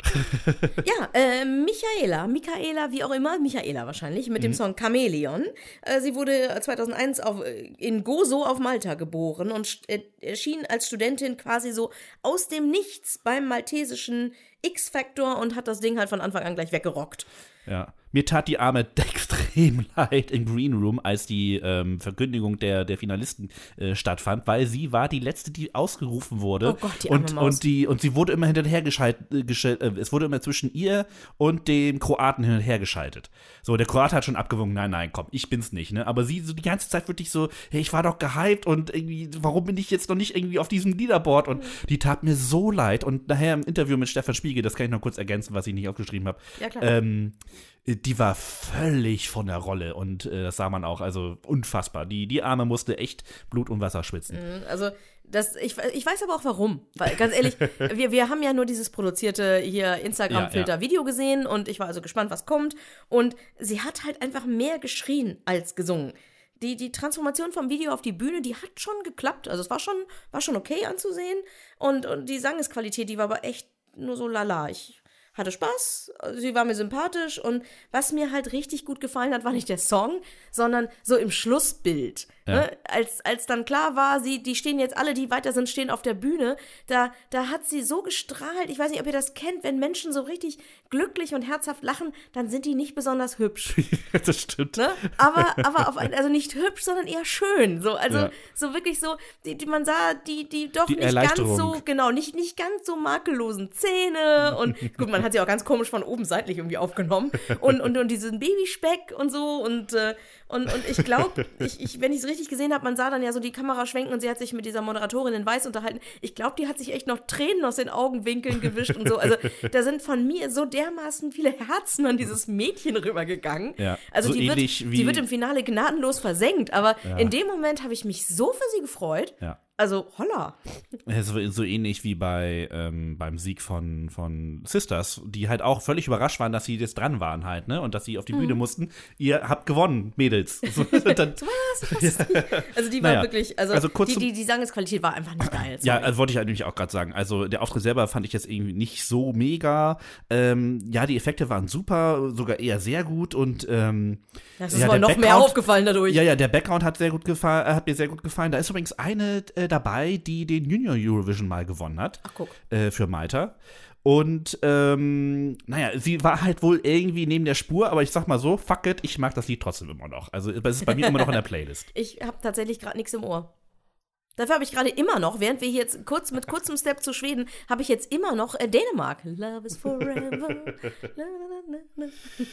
Ja, äh, Michaela, Michaela, wie auch immer, Michaela wahrscheinlich, mit dem Mhm. Song Chamäleon. Äh, sie wurde zweitausendeins auf, in Gozo auf Malta geboren und st- äh, erschien als Studentin quasi so aus dem Nichts beim maltesischen X-Factor und hat das Ding halt von Anfang an gleich weggerockt. Ja. Mir tat die Arme extrem leid im Green Room, als die ähm, Verkündigung der, der Finalisten äh, stattfand, weil sie war die letzte, die ausgerufen wurde. Oh Gott, die arme und, Maus. und, die, und sie wurde immer hinterher geschaltet, äh, geschal- äh, es wurde immer zwischen ihr und dem Kroaten hin und her geschaltet. So, der Kroate hat schon abgewunken, nein, nein, komm, ich bin's nicht, ne? Aber sie so die ganze Zeit wirklich so, hey, ich war doch gehypt und irgendwie, warum bin ich jetzt noch nicht irgendwie auf diesem Leaderboard? Und die tat mir so leid. Und nachher im Interview mit Stefan Spiegel, das kann ich noch kurz ergänzen, was ich nicht aufgeschrieben habe. Ja, klar. Ähm, die war völlig von der Rolle und äh, das sah man auch, also unfassbar. Die, die Arme musste echt Blut und Wasser schwitzen. Also, das, ich, ich weiß aber auch warum. Weil, ganz ehrlich, wir, wir haben ja nur dieses produzierte hier Instagram-Filter-Video gesehen und ich war also gespannt, was kommt. Und sie hat halt einfach mehr geschrien als gesungen. Die, die Transformation vom Video auf die Bühne, die hat schon geklappt. Also es war schon, war schon okay anzusehen. Und, und die Sangesqualität, die war aber echt nur so lala. Ich hatte Spaß, sie war mir sympathisch und was mir halt richtig gut gefallen hat, war nicht der Song, sondern so im Schlussbild. Ja. Ne? Als, als dann klar war, sie, die stehen jetzt alle, die weiter sind, stehen auf der Bühne, da, da hat sie so gestrahlt. Ich weiß nicht, ob ihr das kennt, wenn Menschen so richtig glücklich und herzhaft lachen, dann sind die nicht besonders hübsch. Das stimmt. Ne? Aber, aber auf ein, also nicht hübsch, sondern eher schön. So, also Ja. so wirklich so, die, die man sah, die, die doch Die nicht ganz Erleichterung. so, genau, nicht, nicht ganz so makellosen Zähne und gut, man hat sie auch ganz komisch von oben seitlich irgendwie aufgenommen und, und, und diesen Babyspeck und so und, äh, und, und ich glaube, ich, ich, wenn ich es richtig gesehen habe, man sah dann ja so die Kamera schwenken und sie hat sich mit dieser Moderatorin in Weiß unterhalten. Ich glaube, die hat sich echt noch Tränen aus den Augenwinkeln gewischt und so. Also da sind von mir so dermaßen viele Herzen an dieses Mädchen rübergegangen. Ja, Also so die, wird, ähnlich wie- die wird im Finale gnadenlos versenkt, aber Ja. in dem Moment habe ich mich so für sie gefreut. Ja. Also, holla. Es war so ähnlich wie bei ähm, beim Sieg von, von Sisters, die halt auch völlig überrascht waren, dass sie jetzt dran waren halt, ne? Und dass sie auf die Bühne mussten. Ihr habt gewonnen, Mädels. So, dann, So was? was? Also die war Naja, wirklich, also, also kurz die, zum- die, die Sangesqualität war einfach nicht geil. ja, sorry. also wollte ich eigentlich auch gerade sagen. Also der Auftritt selber fand ich jetzt irgendwie nicht so mega. Ähm, ja, die Effekte waren super, sogar eher sehr gut und ähm, das ist ja, wohl der noch mehr Background- aufgefallen dadurch. Ja, ja, der Background hat sehr gut gefallen, äh, hat mir sehr gut gefallen. Da ist übrigens eine äh, dabei, die den Junior Eurovision mal gewonnen hat. Ach, guck. Äh, für Malta. Und, ähm, naja, sie war halt wohl irgendwie neben der Spur, aber ich sag mal so, fuck it, ich mag das Lied trotzdem immer noch. Also, es ist bei mir immer noch in der Playlist. Ich habe tatsächlich gerade nichts im Ohr. Dafür habe ich gerade immer noch, während wir hier jetzt kurz mit kurzem Step zu Schweden, habe ich jetzt immer noch äh, Dänemark. Love is forever. La, la, la, la.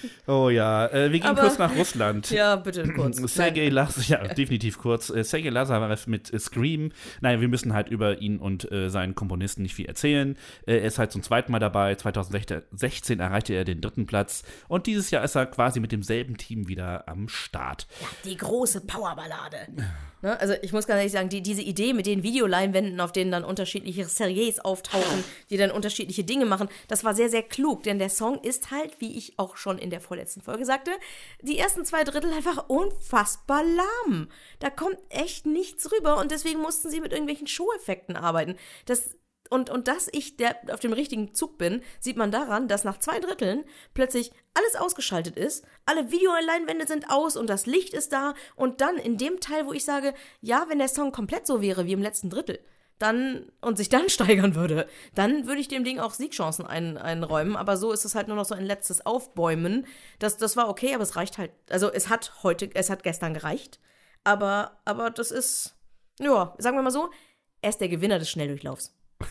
Oh ja, äh, wir gehen Aber- kurz nach Russland. Ja, bitte kurz. Sergei Lazarev, ja, definitiv kurz. Äh, Sergei Lazarev mit äh, Scream. Naja, wir müssen halt über ihn und äh, seinen Komponisten nicht viel erzählen. Äh, er ist halt zum zweiten Mal dabei. zweitausendsechzehn erreichte er den dritten Platz. Und dieses Jahr ist er quasi mit demselben Team wieder am Start. Die große Powerballade. Ne? Also ich muss ganz ehrlich sagen, die, diese Idee mit den Videoleinwänden, auf denen dann unterschiedliche Sergejs auftauchen, die dann unterschiedliche Dinge machen, das war sehr, sehr klug, denn der Song ist halt, wie ich auch schon in der vorletzten Folge sagte, die ersten zwei Drittel einfach unfassbar lahm. Da kommt echt nichts rüber und deswegen mussten sie mit irgendwelchen Show-Effekten arbeiten. Das Und, und dass ich der, auf dem richtigen Zug bin, sieht man daran, dass nach zwei Dritteln plötzlich alles ausgeschaltet ist, alle Videoleinwände sind aus und das Licht ist da und dann in dem Teil, wo ich sage, ja, wenn der Song komplett so wäre wie im letzten Drittel, dann und sich dann steigern würde, dann würde ich dem Ding auch Siegchancen ein, einräumen, aber so ist es halt nur noch so ein letztes Aufbäumen. Das, das war okay, aber es reicht halt, also es hat heute, es hat gestern gereicht, aber, aber das ist, ja, sagen wir mal so, er ist der Gewinner des Schnelldurchlaufs.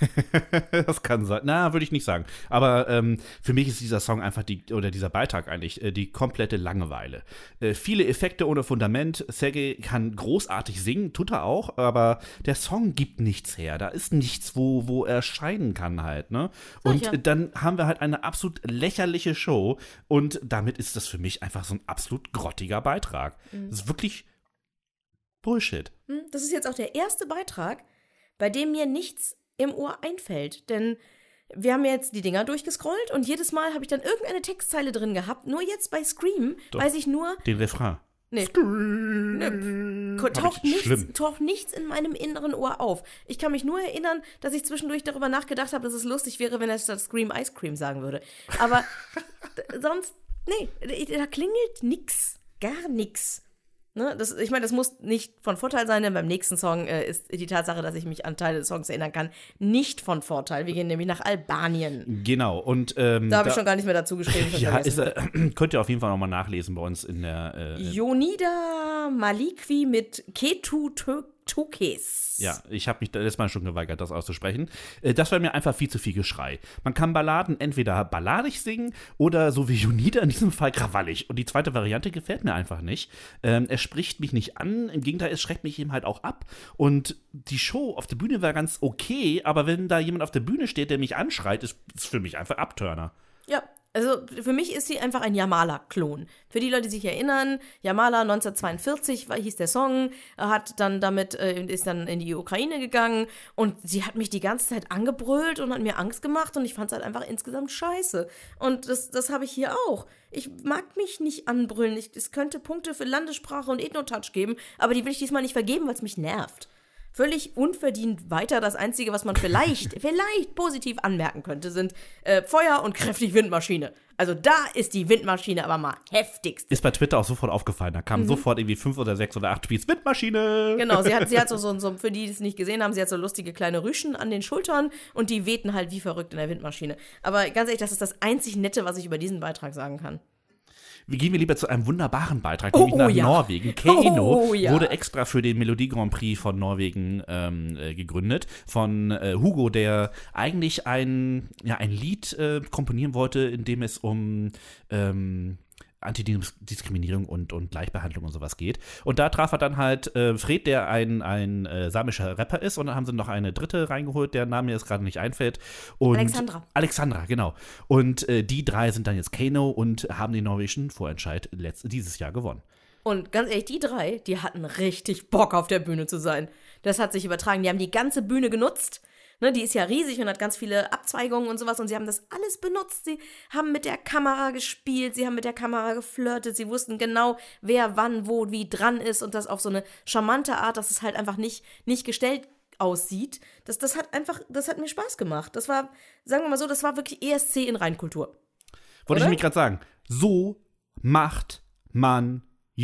Das kann sein. Na, würde ich nicht sagen. Aber ähm, für mich ist dieser Song einfach die, oder dieser Beitrag eigentlich, äh, die komplette Langeweile. Äh, viele Effekte ohne Fundament. Sergej kann großartig singen, tut er auch, aber der Song gibt nichts her. Da ist nichts, wo, wo er scheinen kann halt, ne? Und Sicher. äh, dann haben wir halt eine absolut lächerliche Show und damit ist das für mich einfach so ein absolut grottiger Beitrag. Mhm. Das ist wirklich Bullshit. Hm, Das ist jetzt auch der erste Beitrag, bei dem mir nichts im Ohr einfällt, denn wir haben jetzt die Dinger durchgescrollt und jedes Mal habe ich dann irgendeine Textzeile drin gehabt. Nur jetzt bei Scream Doch. weiß ich nur, Den Refrain. Nee. nee. Taucht, nichts, taucht nichts in meinem inneren Ohr auf. Ich kann mich nur erinnern, dass ich zwischendurch darüber nachgedacht habe, dass es lustig wäre, wenn er statt Scream Ice Cream sagen würde. Aber sonst, nee, da klingelt nix. Gar nix. Ne, das, ich meine, das muss nicht von Vorteil sein, denn beim nächsten Song äh, ist die Tatsache, dass ich mich an Teile des Songs erinnern kann, nicht von Vorteil. Wir gehen nämlich nach Albanien. Genau. Und ähm, da habe ich schon gar nicht mehr dazu geschrieben. Ja, ist, äh, könnt ihr auf jeden Fall nochmal nachlesen bei uns in der äh, Jonida Malikwi mit Ketu Tokes. Ja, ich habe mich da letztes Mal schon geweigert, das auszusprechen. Äh, das war mir einfach viel zu viel Geschrei. Man kann Balladen entweder balladig singen oder so wie Jonida in diesem Fall krawallig. Und die zweite Variante gefällt mir einfach nicht. Ähm, es spricht mich nicht an. Im Gegenteil, es schreckt mich eben halt auch ab. Und die Show auf der Bühne war ganz okay, aber wenn da jemand auf der Bühne steht, der mich anschreit, ist es für mich einfach Abturner. Ja, also für mich ist sie einfach ein Jamala-Klon. Für die Leute, die sich erinnern, Jamala neunzehnhundertzweiundvierzig war, hieß der Song, hat dann damit, äh, ist dann in die Ukraine gegangen und sie hat mich die ganze Zeit angebrüllt und hat mir Angst gemacht und ich fand es halt einfach insgesamt scheiße. Und das, das habe ich hier auch. Ich mag mich nicht anbrüllen. Ich, es könnte Punkte für Landessprache und Ethnotouch geben, aber die will ich diesmal nicht vergeben, weil es mich nervt. Völlig unverdient weiter. Das Einzige, was man vielleicht, vielleicht positiv anmerken könnte, sind äh, Feuer und kräftig Windmaschine. Also da ist die Windmaschine aber mal heftigst. Ist bei Twitter auch sofort aufgefallen. Da kamen mhm. sofort irgendwie fünf oder sechs oder acht Tweets. Windmaschine! Genau, sie hat, sie hat so, so, so, für die, die es nicht gesehen haben, sie hat so lustige kleine Rüschen an den Schultern und die wehten halt wie verrückt in der Windmaschine. Aber ganz ehrlich, das ist das einzig Nette, was ich über diesen Beitrag sagen kann. Wir gehen wir lieber zu einem wunderbaren Beitrag, oh, nämlich nach oh, ja. Norwegen. Keino oh, ja. wurde extra für den Melodie Grand Prix von Norwegen ähm, äh, gegründet. Von äh, Hugo, der eigentlich ein, ja, ein Lied äh, komponieren wollte, in dem es um ähm, Antidiskriminierung und, und Gleichbehandlung und sowas geht. Und da traf er dann halt äh, Fred, der ein, ein äh, samischer Rapper ist. Und dann haben sie noch eine dritte reingeholt, deren Name mir jetzt gerade nicht einfällt. Und Alexandra. Alexandra, genau. Und äh, die drei sind dann jetzt Keino und haben den norwegischen Vorentscheid letzt, dieses Jahr gewonnen. Und ganz ehrlich, die drei, die hatten richtig Bock auf der Bühne zu sein. Das hat sich übertragen. Die haben die ganze Bühne genutzt. Ne, die ist ja riesig und hat ganz viele Abzweigungen und sowas und sie haben das alles benutzt. Sie haben mit der Kamera gespielt, sie haben mit der Kamera geflirtet, sie wussten genau, wer wann, wo, wie dran ist und das auf so eine charmante Art, dass es halt einfach nicht, nicht gestellt aussieht. Das, das hat einfach, das hat mir Spaß gemacht. Das war, sagen wir mal so, das war wirklich E S C in Reinkultur. Wollte ich nämlich gerade sagen, so macht man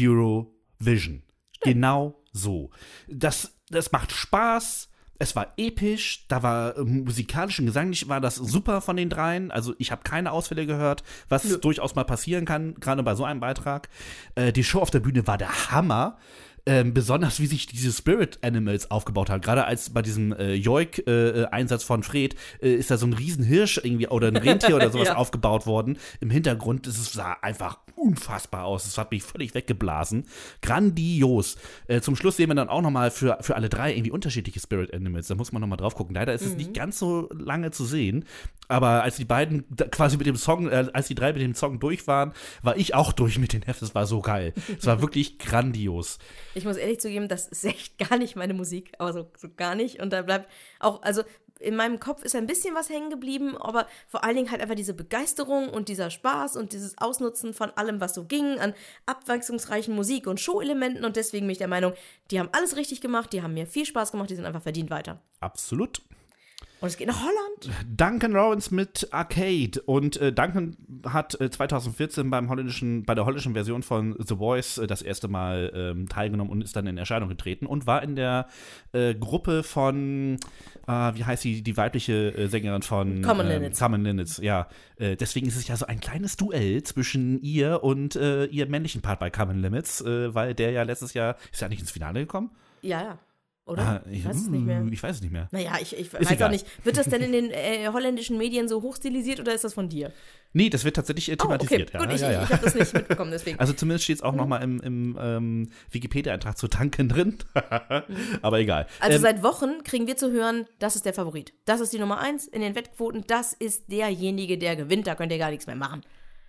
Eurovision. Stimmt. Genau so. Das, das macht Spaß. Es war episch, da war äh, musikalisch und gesanglich war das super von den dreien. Also ich habe keine Ausfälle gehört, was Nö. durchaus mal passieren kann, gerade bei so einem Beitrag. Äh, die Show auf der Bühne war der Hammer. Ähm, besonders wie sich diese Spirit Animals aufgebaut hat. Gerade als bei diesem äh, Joik-Einsatz äh, von Fred äh, ist da so ein Riesenhirsch irgendwie oder ein Rentier oder sowas ja. aufgebaut worden. Im Hintergrund, es sah einfach unfassbar aus. Es hat mich völlig weggeblasen. Grandios. Äh, zum Schluss sehen wir dann auch nochmal für, für alle drei irgendwie unterschiedliche Spirit Animals. Da muss man nochmal drauf gucken. Leider ist mhm. es nicht ganz so lange zu sehen. Aber als die beiden quasi mit dem Song, äh, als die drei mit dem Song durch waren, war ich auch durch mit den Heften. Es war so geil. Es war wirklich grandios. Ich muss ehrlich zugeben, das ist echt gar nicht meine Musik, aber so, so gar nicht. Und da bleibt auch, also in meinem Kopf ist ein bisschen was hängen geblieben, aber vor allen Dingen halt einfach diese Begeisterung und dieser Spaß und dieses Ausnutzen von allem, was so ging, an abwechslungsreichen Musik- und Show-Elementen. Und deswegen bin ich der Meinung, die haben alles richtig gemacht, die haben mir viel Spaß gemacht, die sind einfach verdient weiter. Absolut. Und es geht nach Holland. Duncan Lawrence mit Arcade. Und äh, Duncan hat äh, zwanzig vierzehn beim holländischen, bei der holländischen Version von The Voice äh, das erste Mal ähm, teilgenommen und ist dann in Erscheinung getreten und war in der äh, Gruppe von, äh, wie heißt sie, die weibliche äh, Sängerin von Common ähm, Linnets. Common Linnets, ja. Äh, deswegen ist es ja so ein kleines Duell zwischen ihr und äh, ihrem männlichen Part bei Common Limits, äh, weil der ja letztes Jahr, ist ja nicht ins Finale gekommen? Ja, ja. Oder? Ah, ich, ich weiß es nicht mehr. Ich weiß es nicht mehr. Naja, ich, ich weiß egal. auch nicht. Wird das denn in den äh, holländischen Medien so hochstilisiert oder ist das von dir? Nee, das wird tatsächlich äh, thematisiert. Oh, okay. Ja. Gut, ich, ja, ja. ich, ich habe das nicht mitbekommen, deswegen. Also zumindest steht es auch mhm. nochmal im, im ähm, Wikipedia-Eintrag zu Duncan drin. mhm. Aber egal. Also ähm, seit Wochen kriegen wir zu hören, das ist der Favorit. Das ist die Nummer eins in den Wettquoten. Das ist derjenige, der gewinnt. Da könnt ihr gar nichts mehr machen.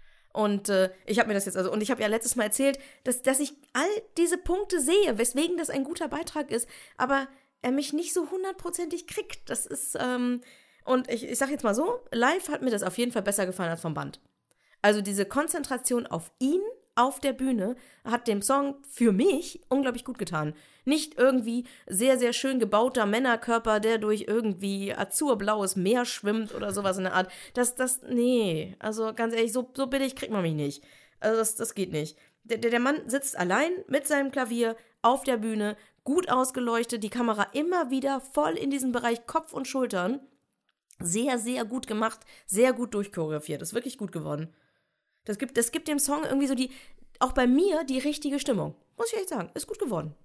Und äh, ich habe mir das jetzt, also, und ich habe ja letztes Mal erzählt, dass, dass ich all diese Punkte sehe, weswegen das ein guter Beitrag ist, aber er mich nicht so hundertprozentig kriegt. Das ist, ähm, und ich, ich sag jetzt mal so, live hat mir das auf jeden Fall besser gefallen als vom Band. Also diese Konzentration auf ihn auf der Bühne hat dem Song für mich unglaublich gut getan. Nicht irgendwie sehr, sehr schön gebauter Männerkörper, der durch irgendwie azurblaues Meer schwimmt oder sowas in der Art. Das, das, nee, also ganz ehrlich, so, so billig kriegt man mich nicht. Also das, das geht nicht. Der, der Mann sitzt allein mit seinem Klavier auf der Bühne, gut ausgeleuchtet, die Kamera immer wieder voll in diesem Bereich Kopf und Schultern. Sehr, sehr gut gemacht, sehr gut durchchoreografiert. Das ist wirklich gut geworden. Das gibt, das gibt dem Song irgendwie so die, auch bei mir, die richtige Stimmung. Muss ich echt sagen, ist gut geworden.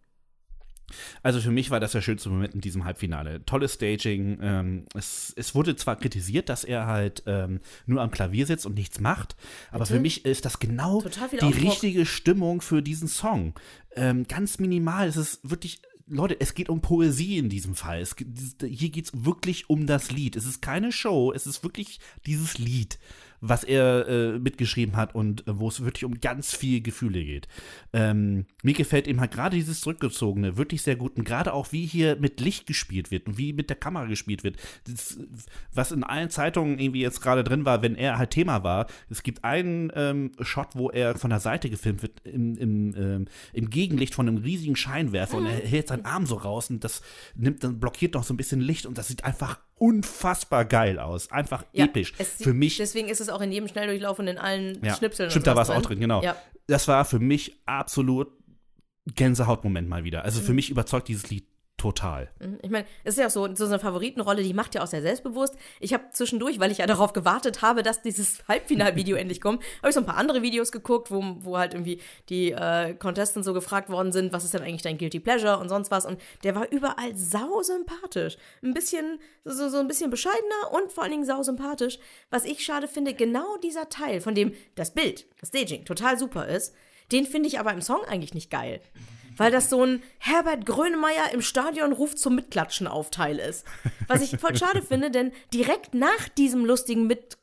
Also für mich war das der schönste Moment in diesem Halbfinale. Tolles Staging. Ähm, es, es wurde zwar kritisiert, dass er halt ähm, nur am Klavier sitzt und nichts macht, aber Bitte? für mich ist das genau die Aufdruck. richtige Stimmung für diesen Song. Ähm, ganz minimal. Es ist wirklich, Leute, es geht um Poesie in diesem Fall. Es, hier geht es wirklich um das Lied. Es ist keine Show, es ist wirklich dieses Lied, was er äh, mitgeschrieben hat und äh, wo es wirklich um ganz viel Gefühle geht. Ähm, mir gefällt eben halt gerade dieses Zurückgezogene wirklich sehr gut und gerade auch, wie hier mit Licht gespielt wird und wie mit der Kamera gespielt wird. Das, was in allen Zeitungen irgendwie jetzt gerade drin war, wenn er halt Thema war. Es gibt einen ähm, Shot, wo er von der Seite gefilmt wird, im, im, ähm, im Gegenlicht von einem riesigen Scheinwerfer und er hält seinen Arm so raus und das nimmt dann blockiert noch so ein bisschen Licht und das sieht einfach unfassbar geil aus. Einfach ja, episch. Es, für mich. Deswegen ist es auch in jedem Schnelldurchlauf und in allen ja, Schnipseln. Stimmt, da war es auch drin, genau. Ja. Das war für mich absolut Gänsehautmoment mal wieder. Also für mhm. mich überzeugt dieses Lied total. Ich meine, es ist ja auch so, so eine Favoritenrolle, die macht ja auch sehr selbstbewusst. Ich habe zwischendurch, weil ich ja darauf gewartet habe, dass dieses Halbfinalvideo endlich kommt, habe ich so ein paar andere Videos geguckt, wo, wo halt irgendwie die äh, Contestants so gefragt worden sind, was ist denn eigentlich dein Guilty Pleasure und sonst was. Und der war überall sausympathisch. Ein bisschen, so, so ein bisschen bescheidener und vor allen Dingen sausympathisch. Was ich schade finde, genau dieser Teil, von dem das Bild, das Staging total super ist, den finde ich aber im Song eigentlich nicht geil. Weil das so ein Herbert Grönemeyer im Stadion ruft zum Mitklatschen Aufteil ist. Was ich voll schade finde, denn direkt nach diesem lustigen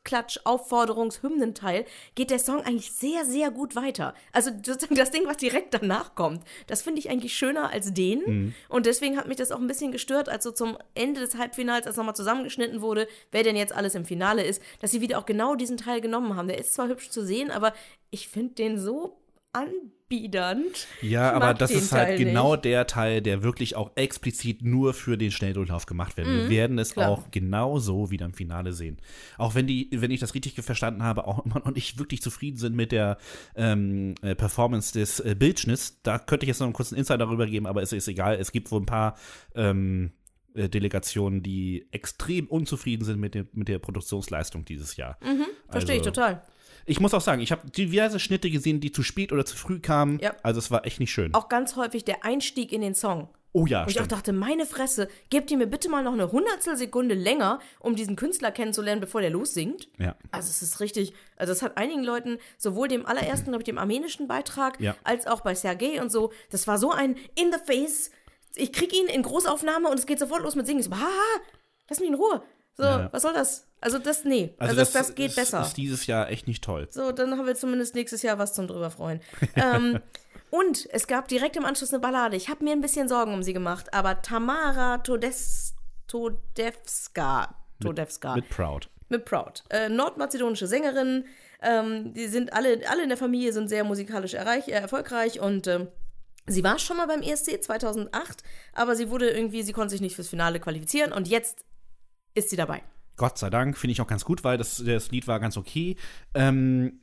Mitklatsch-Aufforderungs-Hymnenteil geht der Song eigentlich sehr, sehr gut weiter. Also das Ding, was direkt danach kommt, das finde ich eigentlich schöner als den. Mhm. Und deswegen hat mich das auch ein bisschen gestört, als so zum Ende des Halbfinals, als nochmal zusammengeschnitten wurde, wer denn jetzt alles im Finale ist, dass sie wieder auch genau diesen Teil genommen haben. Der ist zwar hübsch zu sehen, aber ich finde den so anbiedernd. Ja, aber das ist halt Teil genau nicht. Der Teil, der wirklich auch explizit nur für den Schnelldurchlauf gemacht wird. Mhm, wir werden es klar. auch genau so wieder im Finale sehen. Auch wenn die, wenn ich das richtig verstanden habe, auch immer noch nicht wirklich zufrieden sind mit der ähm, Performance des äh, Bildschnitts. Da könnte ich jetzt noch einen kurzen Insight darüber geben, aber es ist egal. Es gibt wohl ein paar ähm, Delegationen, die extrem unzufrieden sind mit, dem, mit der Produktionsleistung dieses Jahr. Mhm, verstehe also, ich total. Ich muss auch sagen, ich habe diverse Schnitte gesehen, die zu spät oder zu früh kamen. Ja. Also es war echt nicht schön. Auch ganz häufig der Einstieg in den Song. Oh ja, Und ich auch dachte, meine Fresse, gebt ihr mir bitte mal noch eine Hundertstel Sekunde länger, um diesen Künstler kennenzulernen, bevor der lossingt. Ja. Also es ist richtig, also es hat einigen Leuten, sowohl dem allerersten, glaube ich, dem armenischen Beitrag, ja. als auch bei Sergei und so, das war so ein in the face, ich krieg ihn in Großaufnahme und es geht sofort los mit Singen. Ich so, haha, lass mich in Ruhe. So, ja. was soll das? Also das, nee, also, also das, das, das geht ist, besser. Das ist dieses Jahr echt nicht toll. So, dann haben wir zumindest nächstes Jahr was zum drüber freuen. ähm, und es gab direkt im Anschluss eine Ballade. Ich habe mir ein bisschen Sorgen um sie gemacht, aber Tamara Todes, Todevska, Todevska. Mit, mit Proud. Mit Proud. Äh, nordmazedonische Sängerin. Ähm, die sind alle, alle in der Familie sind sehr musikalisch erreich, äh, erfolgreich und ähm, sie war schon mal beim E S C zweitausendacht, aber sie wurde irgendwie, sie konnte sich nicht fürs Finale qualifizieren und jetzt ist sie dabei. Gott sei Dank, finde ich auch ganz gut, weil das, das Lied war ganz okay. Ähm,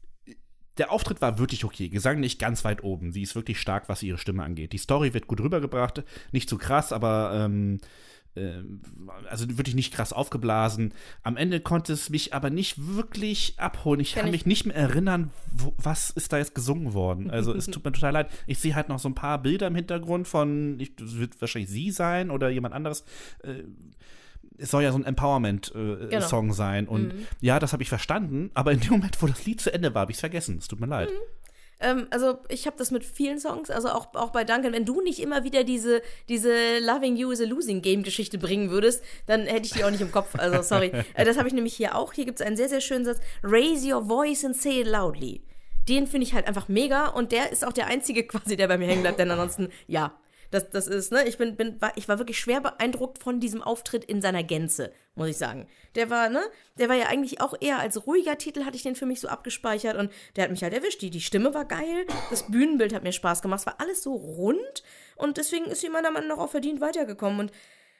der Auftritt war wirklich okay. Gesang nicht ganz weit oben. Sie ist wirklich stark, was ihre Stimme angeht. Die Story wird gut rübergebracht. Nicht zu krass, aber ähm, äh, also wirklich nicht krass aufgeblasen. Am Ende konnte es mich aber nicht wirklich abholen. Ich kann, kann mich nicht mehr erinnern, wo, was ist da jetzt gesungen worden. Also es tut mir total leid. Ich sehe halt noch so ein paar Bilder im Hintergrund von, ich, das wird wahrscheinlich sie sein oder jemand anderes. Äh, Es soll ja so ein Empowerment-Song äh, genau. sein. Und mhm. ja, das habe ich verstanden. Aber in dem Moment, wo das Lied zu Ende war, habe ich es vergessen. Es tut mir leid. Mhm. Ähm, also ich habe das mit vielen Songs, also auch, auch bei Duncan. Wenn du nicht immer wieder diese, diese Loving You is a Losing Game-Geschichte bringen würdest, dann hätte ich die auch nicht im Kopf. Also sorry. äh, das habe ich nämlich hier auch. Hier gibt es einen sehr, sehr schönen Satz. Raise your voice and say it loudly. Den finde ich halt einfach mega. Und der ist auch der einzige quasi, der bei mir hängen bleibt. Denn ansonsten, ja. Das, das ist, ne, ich bin, bin, war, ich war wirklich schwer beeindruckt von diesem Auftritt in seiner Gänze, muss ich sagen. Der war, ne, der war ja eigentlich auch eher als ruhiger Titel, hatte ich den für mich so abgespeichert und der hat mich halt erwischt. Die, die Stimme war geil, das Bühnenbild hat mir Spaß gemacht, es war alles so rund und deswegen ist sie meiner Meinung nach auch verdient weitergekommen und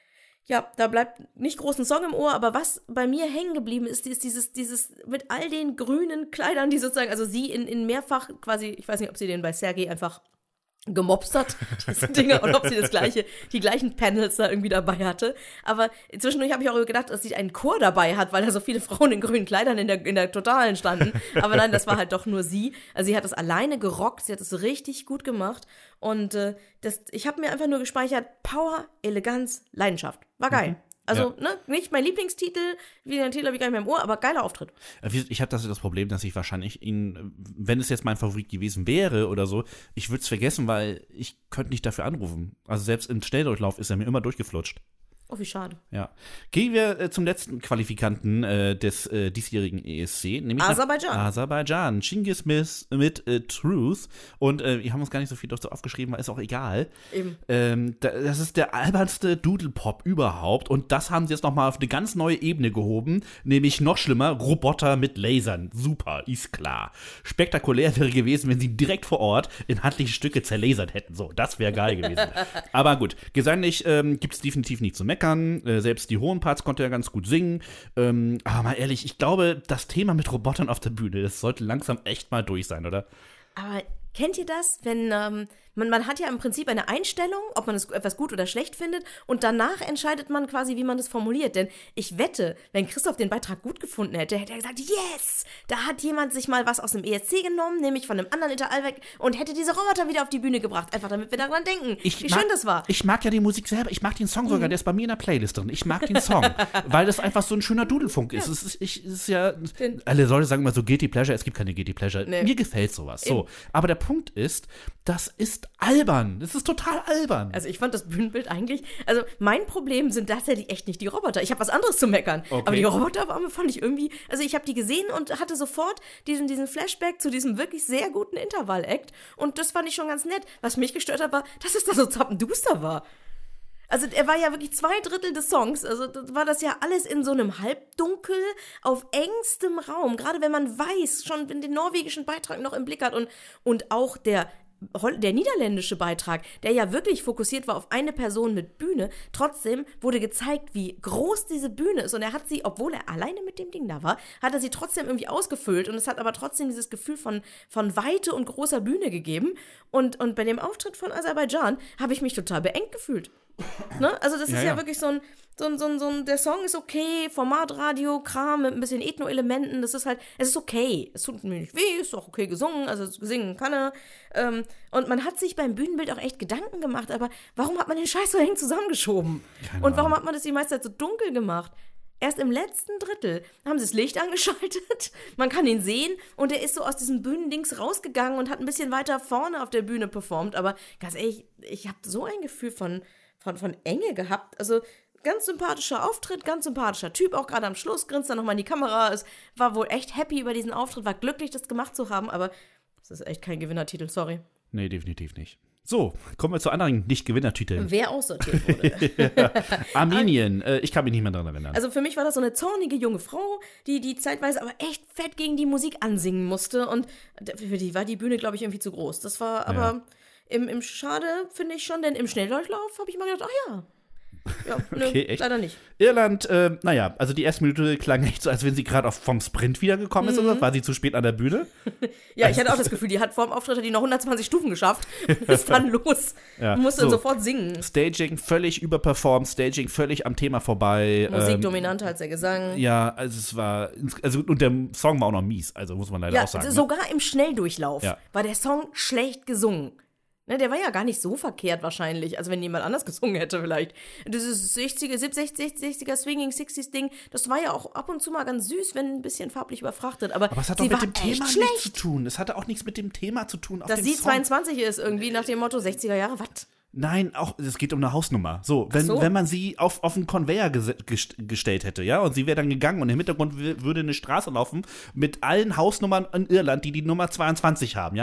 ja, da bleibt nicht groß ein Song im Ohr, aber was bei mir hängen geblieben ist, ist dieses, dieses mit all den grünen Kleidern, die sozusagen, also sie in, in mehrfach quasi, ich weiß nicht, ob sie den bei Sergei einfach gemobst hat, diese Dinge, oder ob sie das gleiche, die gleichen Panels da irgendwie dabei hatte. Aber zwischendurch habe ich auch gedacht, dass sie einen Chor dabei hat, weil da so viele Frauen in grünen Kleidern in der, in der Totalen standen. Aber nein, das war halt doch nur sie. Also sie hat das alleine gerockt, sie hat es richtig gut gemacht. Und äh, das, ich habe mir einfach nur gespeichert, Power, Eleganz, Leidenschaft. War geil. Mhm. Also, ja. ne, nicht mein Lieblingstitel, wie den Titel habe ich gar nicht mehr im Ohr, aber geiler Auftritt. Ich habe das das Problem, dass ich wahrscheinlich ihn, wenn es jetzt mein Favorit gewesen wäre oder so, ich würde es vergessen, weil ich könnte nicht dafür anrufen. Also selbst im Schnelldurchlauf ist er mir immer durchgeflutscht. Oh, wie schade. Ja. Gehen wir äh, zum letzten Qualifikanten äh, des äh, diesjährigen E S C, nämlich Aserbaidschan. Aserbaidschan. Cengiz mit, mit äh, Truth. Und äh, wir haben uns gar nicht so viel dazu aufgeschrieben, weil ist auch egal. Eben. Ähm, das ist der albernste Doodle-Pop überhaupt. Und das haben sie jetzt nochmal auf eine ganz neue Ebene gehoben. Nämlich noch schlimmer, Roboter mit Lasern. Super, ist klar. Spektakulär wäre gewesen, wenn sie direkt vor Ort in handliche Stücke zerlasert hätten. So, das wäre geil gewesen. Aber gut, gesanglich ähm, gibt es definitiv nicht zu meckern. Äh, selbst die hohen Parts konnte er ganz gut singen. Ähm, aber mal ehrlich, ich glaube, das Thema mit Robotern auf der Bühne, das sollte langsam echt mal durch sein, oder? Aber kennt ihr das, wenn ähm, man, man hat ja im Prinzip eine Einstellung, ob man es etwas gut oder schlecht findet und danach entscheidet man quasi, wie man es formuliert. Denn ich wette, wenn Christoph den Beitrag gut gefunden hätte, hätte er gesagt, yes, da hat jemand sich mal was aus dem E S C genommen, nämlich von einem anderen Interall weg und hätte diese Roboter wieder auf die Bühne gebracht, einfach damit wir daran denken, ich wie mag, schön das war. Ich mag ja die Musik selber, ich mag den Song sogar, mhm. der ist bei mir in der Playlist drin. Ich mag den Song, weil das einfach so ein schöner Dudelfunk ist. Ja. Es ist, ich, es ist ja, den, alle Leute sagen immer so Guilty Pleasure, es gibt keine Guilty Pleasure. Nee. Mir gefällt sowas. So. Aber der Punkt ist, das ist albern. Das ist total albern. Also ich fand das Bühnenbild eigentlich, also mein Problem sind tatsächlich echt nicht die Roboter. Ich habe was anderes zu meckern. Okay. Aber die Roboter waren, fand ich irgendwie, also ich habe die gesehen und hatte sofort diesen, diesen Flashback zu diesem wirklich sehr guten Intervall-Act und das fand ich schon ganz nett. Was mich gestört hat, war, dass es da so zappenduster war. Also er war ja wirklich zwei Drittel des Songs, also das war das ja alles in so einem Halbdunkel auf engstem Raum, gerade wenn man weiß, schon den norwegischen Beitrag noch im Blick hat und, und auch der der niederländische Beitrag, der ja wirklich fokussiert war auf eine Person mit Bühne, trotzdem wurde gezeigt, wie groß diese Bühne ist und er hat sie, obwohl er alleine mit dem Ding da war, hat er sie trotzdem irgendwie ausgefüllt und es hat aber trotzdem dieses Gefühl von, von Weite und großer Bühne gegeben und, und bei dem Auftritt von Aserbaidschan habe ich mich total beengt gefühlt. Ne? Also das ja, ist ja, ja wirklich so ein, so ein, so ein, so ein, der Song ist okay, Formatradio, Kram mit ein bisschen Ethno-Elementen, das ist halt, es ist okay, es tut mir nicht weh, ist auch okay gesungen, also singen kann er, ähm, und man hat sich beim Bühnenbild auch echt Gedanken gemacht, aber warum hat man den Scheiß so eng zusammengeschoben? Keine und warum Ahnung. Hat man das die meiste Zeit so dunkel gemacht? Erst im letzten Drittel haben sie das Licht angeschaltet, man kann ihn sehen und er ist so aus diesem Bühnendings rausgegangen und hat ein bisschen weiter vorne auf der Bühne performt, aber ganz ehrlich, ich habe so ein Gefühl von Von, von Enge gehabt. Also ganz sympathischer Auftritt, ganz sympathischer Typ, auch gerade am Schluss, grinst er nochmal in die Kamera, es war wohl echt happy über diesen Auftritt, war glücklich, das gemacht zu haben, aber es ist echt kein Gewinnertitel, sorry. Nee, definitiv nicht. So, kommen wir zu anderen Nicht-Gewinnertiteln. Wer aussortiert wurde. ja. Armenien, äh, ich kann mich nicht mehr daran erinnern. Also für mich war das so eine zornige junge Frau, die, die zeitweise aber echt fett gegen die Musik ansingen musste und für die war die Bühne, glaube ich, irgendwie zu groß. Das war aber... Ja. Im, im Schade finde ich schon, denn im Schnelldurchlauf habe ich mal gedacht, ach ja. Ja, ne, okay, echt? Leider nicht. Irland, äh, naja, also die erste Minute klang echt so, als wenn sie gerade vom Sprint wiedergekommen ist, mhm. oder war sie zu spät an der Bühne? ja, ich hatte auch das Gefühl, die hat vor dem Auftritt hat die noch hundertzwanzig Stufen geschafft und ist dann los. Ja. Musste so. Dann sofort singen. Staging völlig überperformt, Staging völlig am Thema vorbei. Musik ähm, dominanter als der Gesang. Ja, also es war, also und der Song war auch noch mies, also muss man leider ja, auch sagen. Sogar ne? im Schnelldurchlauf ja. war der Song schlecht gesungen. Ne, der war ja gar nicht so verkehrt wahrscheinlich, also wenn jemand anders gesungen hätte vielleicht. Dieses sechziger, sechziger Swinging sixties Ding, das war ja auch ab und zu mal ganz süß, wenn ein bisschen farblich überfrachtet, aber, aber es hat doch mit dem Thema schlecht. nichts zu tun. Es hatte auch nichts mit dem Thema zu tun. Auf Dass dem sie Song. zweiundzwanzig ist irgendwie nach dem Motto sechziger Jahre, was? Nein, auch, es geht um eine Hausnummer. So, wenn, so. wenn man sie auf, auf einen Conveyor ges- gest- gestellt hätte, ja, und sie wäre dann gegangen und im Hintergrund w- würde eine Straße laufen mit allen Hausnummern in Irland, die die Nummer zweiundzwanzig haben, ja,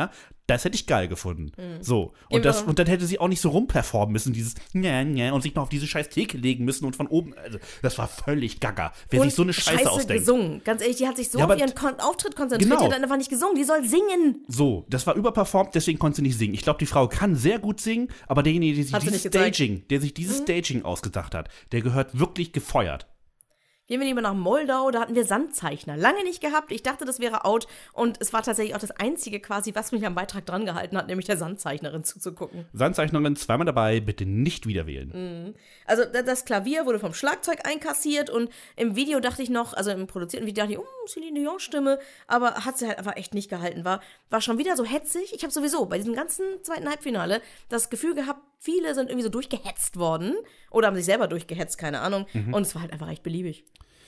Das hätte ich geil gefunden. Mhm. So. Und, Gehen das, wir- und dann hätte sie auch nicht so rumperformen müssen, dieses Nja, nja, und sich noch auf diese scheiß Theke legen müssen und von oben. Also, das war völlig gaga. Wer Und sich so eine Scheiße, ausdenkt. gesungen. Ganz ehrlich, die hat sich so Ja, auf aber- ihren Kon- Auftritt konzentriert, Genau. die hat dann einfach nicht gesungen. Die soll singen. So, das war überperformt, deswegen konnte sie nicht singen. Ich glaube, die Frau kann sehr gut singen, aber derjenige, der sich Hat sie dieses nicht gezeigt. Staging, der sich dieses Staging ausgedacht hat, der gehört wirklich gefeuert. Gehen wir lieber nach Moldau, da hatten wir Sandzeichner. Lange nicht gehabt, ich dachte, das wäre out. Und es war tatsächlich auch das Einzige quasi, was mich am Beitrag dran gehalten hat, nämlich der Sandzeichnerin zuzugucken. Sandzeichnerin zweimal dabei, bitte nicht wieder wählen. Also da- das Klavier wurde vom Schlagzeug einkassiert und im Video dachte ich noch, also im produzierten Video dachte ich, oh, Celine Dion-Stimme, aber hat sie halt einfach echt nicht gehalten. War, war schon wieder so hetzig. Ich habe sowieso bei diesem ganzen zweiten Halbfinale das Gefühl gehabt, viele sind irgendwie so durchgehetzt worden oder haben sich selber durchgehetzt, keine Ahnung. Und es war halt einfach echt beliebig.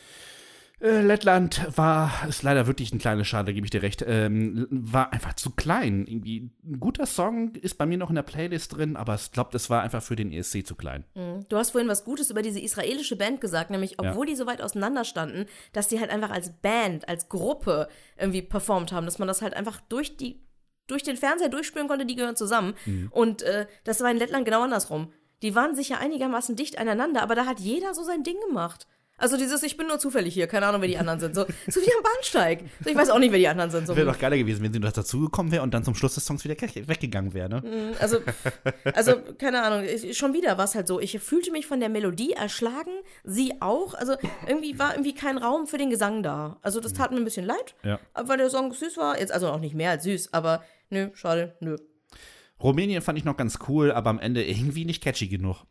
Äh, Lettland war, ist leider wirklich ein kleiner Schade, da gebe ich dir recht, ähm, war einfach zu klein. Irgendwie ein guter Song ist bei mir noch in der Playlist drin, aber ich glaube, das war einfach für den E S C zu klein. Du hast vorhin was Gutes über diese israelische Band gesagt, nämlich obwohl die so weit auseinander standen, dass die halt einfach als Band, als Gruppe irgendwie performt haben, dass man das halt einfach durch die durch den Fernseher durchspüren konnte, die gehören zusammen. Und äh, das war in Lettland genau andersrum. Die waren sicher einigermaßen dicht aneinander, aber da hat jeder so sein Ding gemacht. Also dieses, ich bin nur zufällig hier, keine Ahnung, wer die anderen sind. So, so wie am Bahnsteig. So, ich weiß auch nicht, wer die anderen sind. So Wäre doch geiler gewesen, wenn sie noch dazugekommen wäre und dann zum Schluss des Songs wieder ke- weggegangen wäre, ne? Also, also, keine Ahnung, ich, schon wieder war es halt so. Ich fühlte mich von der Melodie erschlagen, sie auch. Also, irgendwie war irgendwie kein Raum für den Gesang da. Also, das tat mir ein bisschen leid, Ja. weil der Song süß war. Jetzt also auch nicht mehr als süß, aber nö, schade, nö. Rumänien fand ich noch ganz cool, aber am Ende irgendwie nicht catchy genug.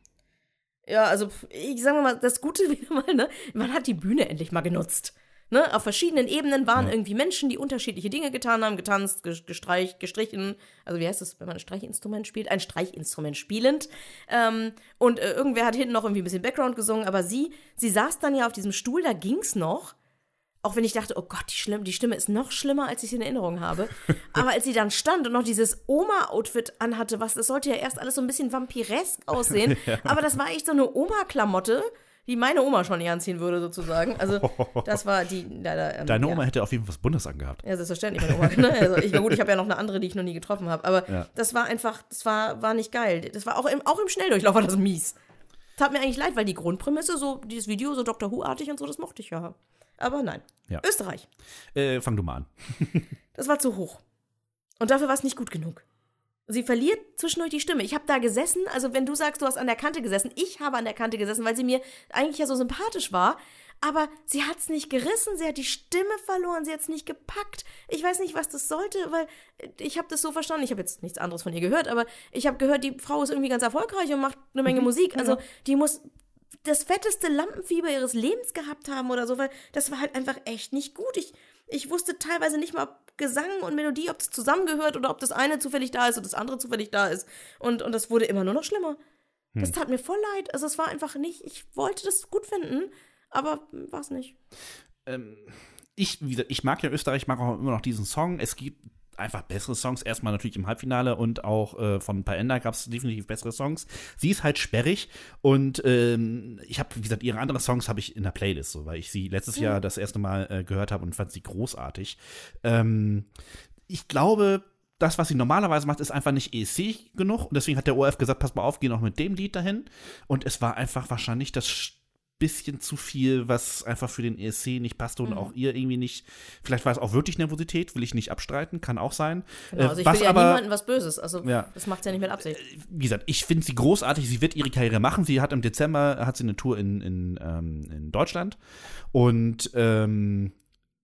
Ja, also, ich sag mal, das Gute wieder mal, ne? Man hat die Bühne endlich mal genutzt. Ne? Auf verschiedenen Ebenen waren Ja. irgendwie Menschen, die unterschiedliche Dinge getan haben, getanzt, ges- gestreich, gestrichen, also wie heißt das, wenn man ein Streichinstrument spielt? Ein Streichinstrument spielend. Ähm, und äh, irgendwer hat hinten noch irgendwie ein bisschen Background gesungen, aber sie, sie saß dann ja auf diesem Stuhl, da ging's noch. Auch wenn ich dachte, oh Gott, die, Schlimm, die Stimme ist noch schlimmer, als ich sie in Erinnerung habe. Aber als sie dann stand und noch dieses Oma-Outfit anhatte, was, das sollte ja erst alles so ein bisschen vampiresk aussehen, ja. Aber das war echt so eine Oma-Klamotte, die meine Oma schon nie anziehen würde, sozusagen. Also, das war die leider. Ähm, Deine ja. Oma hätte auf jeden Fall was Bundes angehabt. Ja, selbstverständlich, meine Oma. Ne? Also, ich, na gut, ich habe ja noch eine andere, die ich noch nie getroffen habe. Aber Ja. das war einfach, das war, war nicht geil. Das war auch im, auch im Schnelldurchlauf war das mies. Tat mir eigentlich leid, weil die Grundprämisse, so dieses Video, so Doctor Who-artig und so, das mochte ich ja. Aber nein. Ja. Österreich. Äh, fang du mal an. Das war zu hoch. Und dafür war es nicht gut genug. Sie verliert zwischendurch die Stimme. Ich habe da gesessen, also wenn du sagst, du hast an der Kante gesessen, ich habe an der Kante gesessen, weil sie mir eigentlich ja so sympathisch war, aber sie hat es nicht gerissen, sie hat die Stimme verloren, sie hat es nicht gepackt. Ich weiß nicht, was das sollte, weil ich habe das so verstanden, ich habe jetzt nichts anderes von ihr gehört, aber ich habe gehört, die Frau ist irgendwie ganz erfolgreich und macht eine Menge Musik, also die muss das fetteste Lampenfieber ihres Lebens gehabt haben oder so, weil das war halt einfach echt nicht gut. Ich, ich wusste teilweise nicht mal, ob Gesang und Melodie, ob das zusammengehört oder ob das eine zufällig da ist und das andere zufällig da ist. Und, und das wurde immer nur noch schlimmer. Das tat mir voll leid. Also es war einfach nicht, ich wollte das gut finden, aber war es nicht. Ähm, ich, wie gesagt, ich mag ja Österreich, ich mag auch immer noch diesen Song. Es gibt einfach bessere Songs. Erstmal natürlich im Halbfinale und auch äh, von Paenda gab es definitiv bessere Songs. Sie ist halt sperrig und ähm, ich habe, wie gesagt, ihre anderen Songs habe ich in der Playlist, so, weil ich sie letztes Mhm. Jahr das erste Mal äh, gehört habe und fand sie großartig. Ähm, ich glaube, das, was sie normalerweise macht, ist einfach nicht E S C genug und deswegen hat der O R F gesagt, pass mal auf, geh noch mit dem Lied dahin und es war einfach wahrscheinlich das bisschen zu viel, was einfach für den E S C nicht passte und Mhm. auch ihr irgendwie nicht, vielleicht war es auch wirklich Nervosität, will ich nicht abstreiten, kann auch sein. Genau, also ich Äh, was will ja aber, niemandem was Böses. Also Ja. das macht sie ja nicht mit Absicht. wie gesagt, ich finde sie großartig, sie wird ihre Karriere machen, sie hat im Dezember, hat sie eine Tour in, in, ähm, in Deutschland und ähm,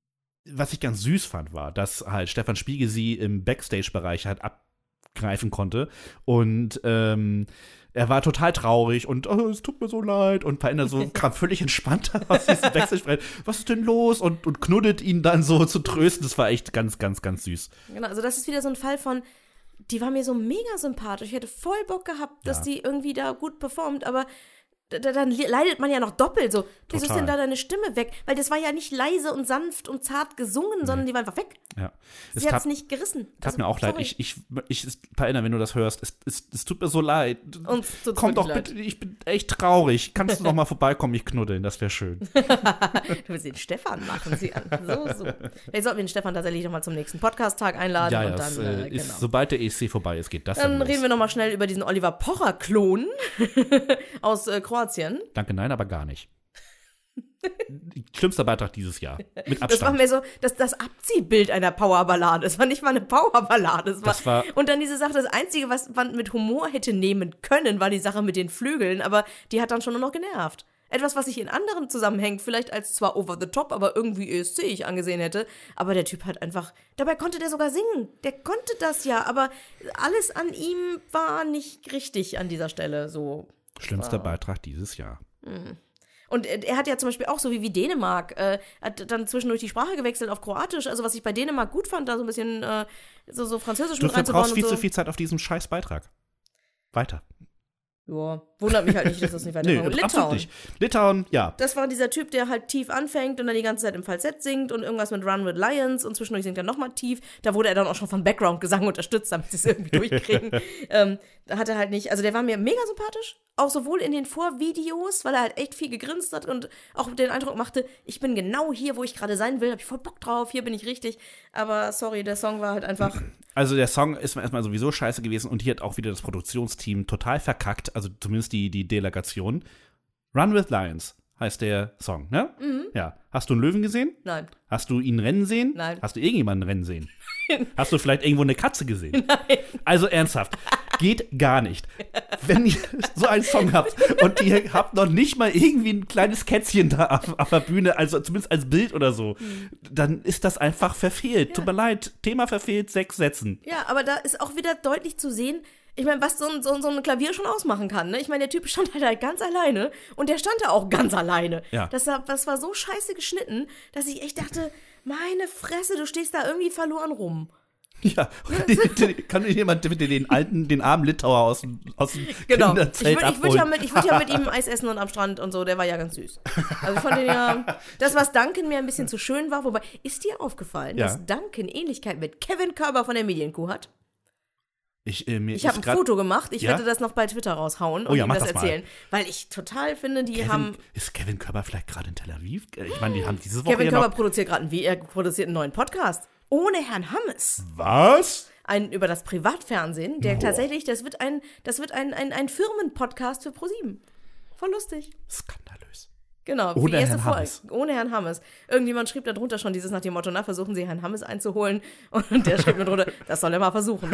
was ich ganz süß fand, war, dass halt Stefan Spiegel sie im Backstage-Bereich halt abgreifen konnte und ähm, er war total traurig und oh, es tut mir so leid und Paenda so kam völlig entspannt aus diesem Backstage-Bereich. Was ist denn los? Und, und knuddelt ihn dann so zu trösten. Das war echt ganz, ganz, ganz süß. Genau, also das ist wieder so ein Fall von, die war mir so mega sympathisch. Ich hätte voll Bock gehabt, dass Ja. die irgendwie da gut performt, aber da, dann leidet man ja noch doppelt so. Wieso ist Total. denn da deine Stimme weg? Weil das war ja nicht leise und sanft und zart gesungen, sondern die war einfach weg. Ja. Sie Es hat tat, es nicht gerissen. tat Also, mir auch leid. sorry. Ich, ich, ich, es, Paina, wenn du das hörst, es, es, es tut mir so leid. Uns tut's Komm doch wirklich bitte, ich bin echt traurig. Kannst du noch mal vorbeikommen, mich knuddeln, das wäre schön. Du willst den Stefan machen, sie an. So, so. Vielleicht sollten wir den Stefan tatsächlich nochmal zum nächsten Podcast-Tag einladen. Ja, ja, und es, dann, äh, äh, ist, genau. sobald der E S C vorbei ist, geht das dann, Dann los. reden wir nochmal schnell über diesen Oliver Pocher-Klon aus äh, Kroatien. Danke, nein, aber gar nicht. Schlimmster Beitrag dieses Jahr. Mit Das war Abstand. mehr so das, das Abziehbild einer Powerballade. Es war nicht mal eine Powerballade. Es war, Das war- und dann diese Sache, das Einzige, was man mit Humor hätte nehmen können, war die Sache mit den Flügeln, aber die hat dann schon nur noch genervt. Etwas, was ich in anderen Zusammenhängen vielleicht als zwar over the top, aber irgendwie E S C ich angesehen hätte. Aber der Typ hat einfach, dabei konnte der sogar singen. Der konnte das ja, aber alles an ihm war nicht richtig an dieser Stelle so. Schlimmster Beitrag dieses Jahr. Und er hat ja zum Beispiel auch so wie, wie Dänemark, äh, hat dann zwischendurch die Sprache gewechselt auf Kroatisch, also was ich bei Dänemark gut fand, da so ein bisschen äh, so, so Französisch Du mit reinzubauen verbrauchst und viel so. zu viel Zeit auf diesem scheiß Beitrag. Weiter. Ja, wundert mich halt nicht, dass das nicht Nee, weiterkommt. absolut Litauen. nicht. Litauen, ja. Das war dieser Typ, der halt tief anfängt und dann die ganze Zeit im Falsett singt und irgendwas mit Run with Lions und zwischendurch singt er nochmal tief. Da wurde er dann auch schon von Background-Gesang unterstützt, damit sie es irgendwie durchkriegen. ähm, da hat er halt nicht, also der war mir mega sympathisch, auch sowohl in den Vorvideos, weil er halt echt viel gegrinst hat und auch den Eindruck machte, ich bin genau hier, wo ich gerade sein will, hab ich voll Bock drauf, hier bin ich richtig. Aber sorry, der Song war halt einfach, Also der Song ist erstmal sowieso scheiße gewesen und hier hat auch wieder das Produktionsteam total verkackt, also zumindest die, die Delegation. Run with Lions heißt der Song, ne? Mhm. Ja. Hast du einen Löwen gesehen? nein. Hast du ihn rennen sehen? Nein. Hast du irgendjemanden rennen sehen? Hast du vielleicht irgendwo eine Katze gesehen? Nein. Also ernsthaft, geht gar nicht. Wenn ihr so einen Song habt und ihr habt noch nicht mal irgendwie ein kleines Kätzchen da auf, auf der Bühne, also zumindest als Bild oder so, dann ist das einfach verfehlt. Ja. Tut mir leid, Thema verfehlt, sechs Sätzen. Ja, aber da ist auch wieder deutlich zu sehen, ich meine, was so ein, so, so ein Klavier schon ausmachen kann, ne? Ich meine, der Typ stand halt, halt ganz alleine und der stand da auch ganz alleine. Ja. Das, war, das war so scheiße geschnitten, dass ich echt dachte, meine Fresse, du stehst da irgendwie verloren rum. Ja, kann jemand bitte den alten, den armen Litauer aus dem, aus dem Genau. Ich Kinderzelt würde abholen? würd ja, mit- ich würd ja mit ihm Eis essen und am Strand und so, der war ja ganz süß. Also ich fand den ja, das, was Duncan mir ein bisschen zu schön war, wobei, ist dir aufgefallen, Ja. dass Duncan Ähnlichkeit mit Kevin Körber von der Medienkuh hat? Ich, äh, mir Ich ist habe ein grad- Foto gemacht, ich Ja? werde das noch bei Twitter raushauen und Oh ja, ihm mach das das mal. erzählen. Weil ich total finde, die Kevin, haben. ist Kevin Körber vielleicht gerade in Tel Aviv? Ich meine, die haben diese Woche Kevin ja Körber noch... produziert gerade einen, er produziert einen neuen Podcast. Ohne Herrn Hammes. Was? Ein über das Privatfernsehen, der Boah. tatsächlich, das wird ein, das wird ein, ein, ein Firmenpodcast für ProSieben. Voll lustig. Skandalös. Genau, für Ohne die erste Herrn Folge. Hammes. Ohne Herrn Hammes. Irgendjemand schrieb da drunter schon dieses nach dem Motto, na, versuchen Sie Herrn Hammes einzuholen. Und der schrieb mir drunter, das soll er mal versuchen.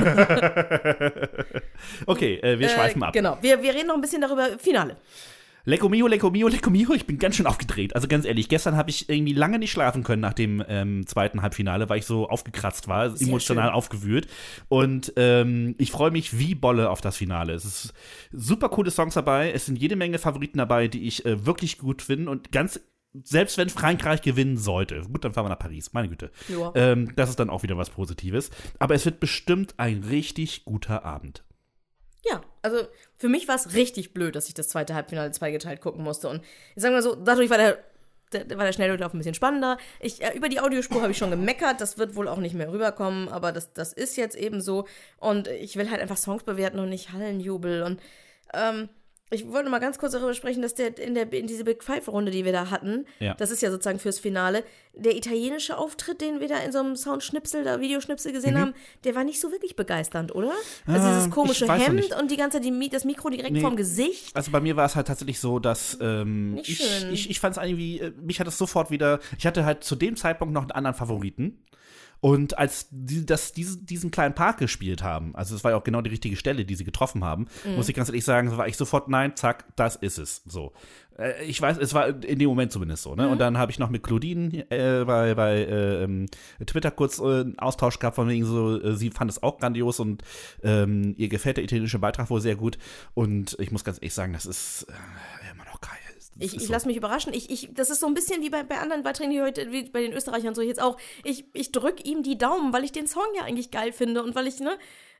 Okay, äh, wir schweifen äh, ab. Genau, wir, wir reden noch ein bisschen darüber. Finale. Lecco mio, lecco mio, lecco mio, ich bin ganz schön aufgedreht. Also ganz ehrlich, gestern habe ich irgendwie lange nicht schlafen können nach dem ähm, zweiten Halbfinale, weil ich so aufgekratzt war, Sehr emotional schön. aufgewühlt. Und ähm, ich freue mich wie Bolle auf das Finale. Es ist super coole Songs dabei, es sind jede Menge Favoriten dabei, die ich äh, wirklich gut finde und ganz selbst wenn Frankreich gewinnen sollte, gut, dann fahren wir nach Paris, meine Güte. Ja. Ähm, das ist dann auch wieder was Positives. Aber es wird bestimmt ein richtig guter Abend. Ja, also für mich war es richtig blöd, dass ich das zweite Halbfinale zweigeteilt gucken musste. Und ich sag mal so, dadurch war der, der, war der Schnelldurchlauf ein bisschen spannender. Ich, äh, über die Audiospur habe ich schon gemeckert, das wird wohl auch nicht mehr rüberkommen, aber das, das ist jetzt eben so. Und ich will halt einfach Songs bewerten und nicht Hallenjubel. Und ähm, ich wollte mal ganz kurz darüber sprechen, dass der in, der, in diese Big Five-Runde, die wir da hatten, Ja. das ist ja sozusagen fürs Finale, der italienische Auftritt, den wir da in so einem Soundschnipsel, da Videoschnipsel gesehen Mhm. haben, der war nicht so wirklich begeisternd, oder? Also Ah, dieses komische ich weiß noch Hemd nicht. und die ganze Zeit die, Mi- das Mikro direkt Nee. vorm Gesicht. Also bei mir war es halt tatsächlich so, dass ähm, Nicht ich, schön. ich, ich fand es irgendwie, äh, mich hat es sofort wieder, ich hatte halt zu dem Zeitpunkt noch einen anderen Favoriten. Und als die das, diese, diesen kleinen Park gespielt haben, also es war ja auch genau die richtige Stelle, die sie getroffen haben, Mhm. muss ich ganz ehrlich sagen, war ich sofort, nein, zack, das ist es. So. Äh, ich weiß, es war in dem Moment zumindest so, ne? Mhm. Und dann habe ich noch mit Claudine äh, bei, bei äh, ähm, Twitter kurz äh, einen Austausch gehabt, von wegen so, äh, sie fand es auch grandios und ähm, ihr gefällt der italienische Beitrag wohl sehr gut. Und ich muss ganz ehrlich sagen, das ist äh, immer noch geil. Das Ich, ist ich so. lasse mich überraschen. Ich, ich, das ist so ein bisschen wie bei, bei anderen Beiträgen, die heute, wie bei den Österreichern so jetzt auch. Ich, ich drücke ihm die Daumen, weil ich den Song ja eigentlich geil finde und weil ich, ne,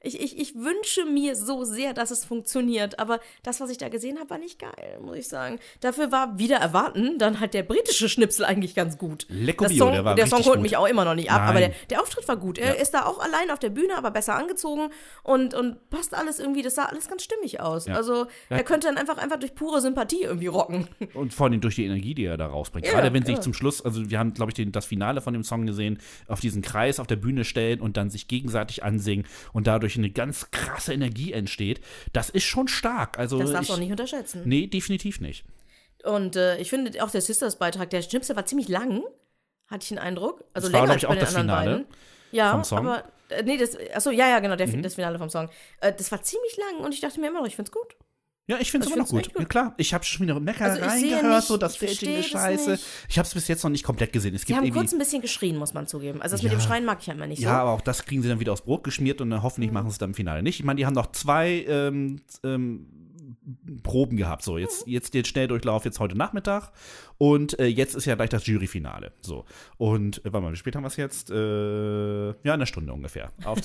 Ich, ich, ich wünsche mir so sehr, dass es funktioniert, aber das, was ich da gesehen habe, war nicht geil, muss ich sagen. Dafür war wieder erwarten, dann halt der britische Schnipsel eigentlich ganz gut. Lecco Das Bio, Song, der war der Song richtig holt gut. mich auch immer noch nicht ab, Nein. aber der, der Auftritt war gut. Er Ja. ist da auch allein auf der Bühne, aber besser angezogen und, und passt alles irgendwie, das sah alles ganz stimmig aus. Ja. Also Ja. er könnte dann einfach, einfach durch pure Sympathie irgendwie rocken. Und vor allem durch die Energie, die er da rausbringt. Ja, Gerade wenn sich ja. zum Schluss, also wir haben, glaube ich, den, das Finale von dem Song gesehen, auf diesen Kreis auf der Bühne stellen und dann sich gegenseitig ansingen und dadurch eine ganz krasse Energie entsteht. Das ist schon stark. Also Das darfst du ich, auch nicht unterschätzen. Nee, definitiv nicht. Und äh, ich finde auch der Sisters-Beitrag, der Schnipsel war ziemlich lang, hatte ich den Eindruck. Also Das war, länger glaub ich, als bei auch den das anderen Finale beiden. Ja, vom Song. aber äh, nee, das, achso, ja, ja, genau, der, das Finale vom Song. Äh, das war ziemlich lang und ich dachte mir immer noch, ich find's gut. Ja, ich finde es Also immer ich noch find's gut. echt gut. Ja, klar, ich habe schon wieder Meckereien Also ich sehe gehört, nicht, so das ich Staging ist verstehe das scheiße. nicht. Ich habe es bis jetzt noch nicht komplett gesehen. Es Sie gibt haben irgendwie, kurz ein bisschen geschrien, muss man zugeben. Also das mit Ja. dem Schreien mag ich ja immer nicht ja, so. aber auch das kriegen sie dann wieder aufs Brot geschmiert und dann hoffentlich machen sie es dann im Finale nicht. Ich meine, die haben noch zwei ähm, ähm, Proben gehabt. So, jetzt, jetzt den Schnelldurchlauf jetzt heute Nachmittag und äh, jetzt ist ja gleich das Juryfinale. So. Und, äh, warte mal, wie spät haben wir es jetzt? Äh, ja, eine Stunde ungefähr. Auf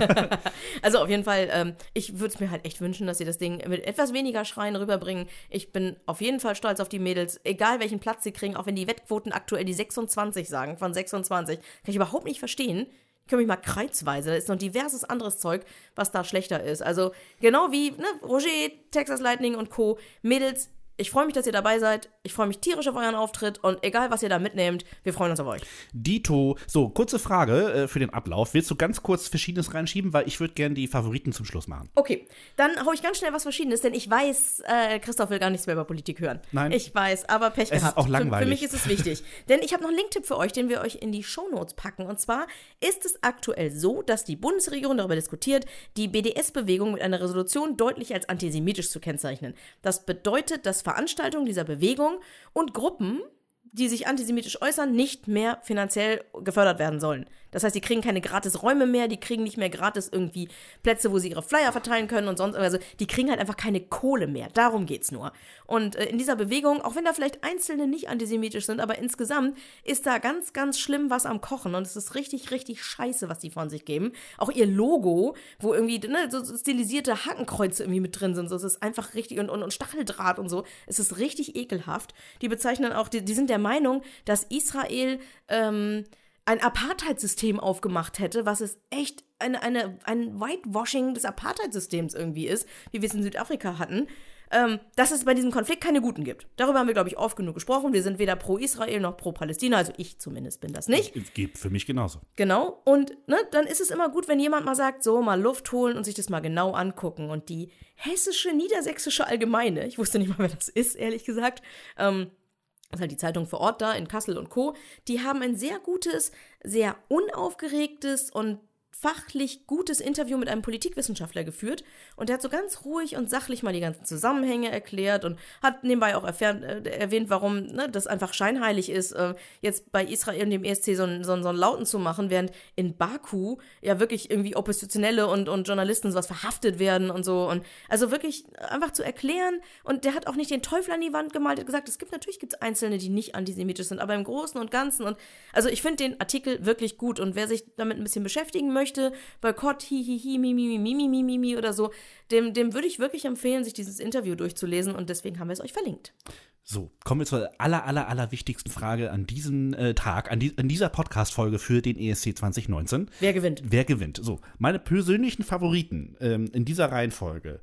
Also auf jeden Fall, ähm, ich würde es mir halt echt wünschen, dass sie das Ding mit etwas weniger Schreien rüberbringen. Ich bin auf jeden Fall stolz auf die Mädels, egal welchen Platz sie kriegen, auch wenn die Wettquoten aktuell die sechsundzwanzig sagen, von sechsundzwanzig. Kann ich überhaupt nicht verstehen. Ich kümmere mich mal kreuzweise. Da ist noch diverses anderes Zeug, was da schlechter ist. Also genau wie ne, Roger, Texas Lightning und Co. Mädels, ich freue mich, dass ihr dabei seid. Ich freue mich tierisch auf euren Auftritt. Und egal, was ihr da mitnehmt, wir freuen uns auf euch. Dito. So, kurze Frage äh, für den Ablauf. Willst du ganz kurz Verschiedenes reinschieben? Weil ich würde gerne die Favoriten zum Schluss machen. Okay, dann hau ich ganz schnell was Verschiedenes, denn ich weiß, äh, Christoph will gar nichts mehr über Politik hören. Nein. Ich weiß, aber Pech Es ist gehabt. auch Für, langweilig. für mich ist es wichtig. Denn ich habe noch einen Linktipp für euch, den wir euch in die Shownotes packen. Und zwar ist es aktuell so, dass die Bundesregierung darüber diskutiert, die B D S-Bewegung mit einer Resolution deutlich als antisemitisch zu kennzeichnen. Das bedeutet, dass Veranstaltungen dieser Bewegung und Gruppen, die sich antisemitisch äußern, nicht mehr finanziell gefördert werden sollen. Das heißt, die kriegen keine gratis Räume mehr, die kriegen nicht mehr gratis irgendwie Plätze, wo sie ihre Flyer verteilen können und sonst, also die kriegen halt einfach keine Kohle mehr. Darum geht's nur. Und äh, in dieser Bewegung, auch wenn da vielleicht Einzelne nicht antisemitisch sind, aber insgesamt ist da ganz, ganz schlimm was am Kochen und es ist richtig, richtig scheiße, was die von sich geben. Auch ihr Logo, wo irgendwie ne, so stilisierte Hakenkreuze irgendwie mit drin sind, so, es ist einfach richtig und, und, und Stacheldraht und so. Es ist richtig ekelhaft. Die bezeichnen auch, die, die sind der Meinung, dass Israel ähm, ein Apartheid-System aufgemacht hätte, was es echt eine, eine, ein Whitewashing des Apartheid-Systems irgendwie ist, wie wir es in Südafrika hatten, ähm, dass es bei diesem Konflikt keine Guten gibt. Darüber haben wir, glaube ich, oft genug gesprochen. Wir sind weder pro Israel noch pro Palästina, also ich zumindest bin das nicht. Es geht für mich genauso. Genau, und ne, dann ist es immer gut, wenn jemand mal sagt, so, mal Luft holen und sich das mal genau angucken. Und die Hessische Niedersächsische Allgemeine, ich wusste nicht mal, wer das ist, ehrlich gesagt, ähm, das ist halt die Zeitung vor Ort da in Kassel und Co., die haben ein sehr gutes, sehr unaufgeregtes und fachlich gutes Interview mit einem Politikwissenschaftler geführt und der hat so ganz ruhig und sachlich mal die ganzen Zusammenhänge erklärt und hat nebenbei auch erfährt, äh, erwähnt, warum ne, das einfach scheinheilig ist, äh, jetzt bei Israel und dem E S C so einen so, so einen Lauten zu machen, während in Baku ja wirklich irgendwie Oppositionelle und, und Journalisten sowas verhaftet werden und so und also wirklich einfach zu erklären und der hat auch nicht den Teufel an die Wand gemalt, hat gesagt, es gibt natürlich gibt's Einzelne, die nicht antisemitisch sind, aber im Großen und Ganzen und also ich finde den Artikel wirklich gut und wer sich damit ein bisschen beschäftigen möchte, Boykott, hi, hi, hi, mi, mi, mi, mi, mi, mi, mi oder so, dem, dem würde ich wirklich empfehlen, sich dieses Interview durchzulesen und deswegen haben wir es euch verlinkt. So, kommen wir zur aller, aller, aller wichtigsten Frage an diesem äh, Tag, an, die, an dieser Podcast-Folge für den E S C zwanzig neunzehn. Wer gewinnt? Wer gewinnt? So, meine persönlichen Favoriten ähm, in dieser Reihenfolge.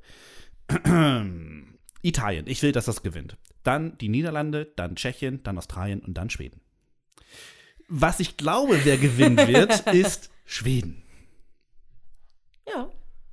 Italien, ich will, dass das gewinnt. Dann die Niederlande, dann Tschechien, dann Australien und dann Schweden. Was ich glaube, wer gewinnen wird, ist Schweden. Ja.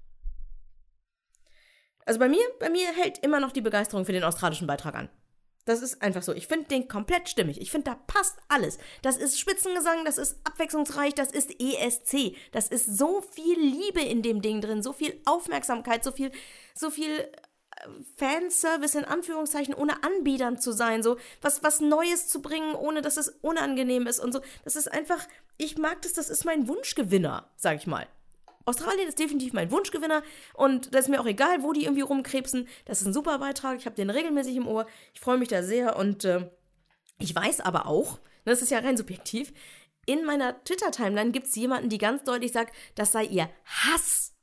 Also bei mir, bei mir hält immer noch die Begeisterung für den australischen Beitrag an. Das ist einfach so. Ich finde den komplett stimmig. Ich finde, da passt alles. Das ist Spitzengesang, das ist abwechslungsreich, das ist E S C. Das ist so viel Liebe in dem Ding drin, so viel Aufmerksamkeit, so viel, so viel Fanservice in Anführungszeichen, ohne Anbiedern zu sein, so was, was Neues zu bringen, ohne dass es unangenehm ist und so. Das ist einfach, ich mag das, das ist mein Wunschgewinner, sag ich mal. Australien ist definitiv mein Wunschgewinner und das ist mir auch egal, wo die irgendwie rumkrebsen. Das ist ein super Beitrag, ich habe den regelmäßig im Ohr. Ich freue mich da sehr und äh, ich weiß aber auch, das ist ja rein subjektiv, in meiner Twitter-Timeline gibt es jemanden, die ganz deutlich sagt, das sei ihr Hass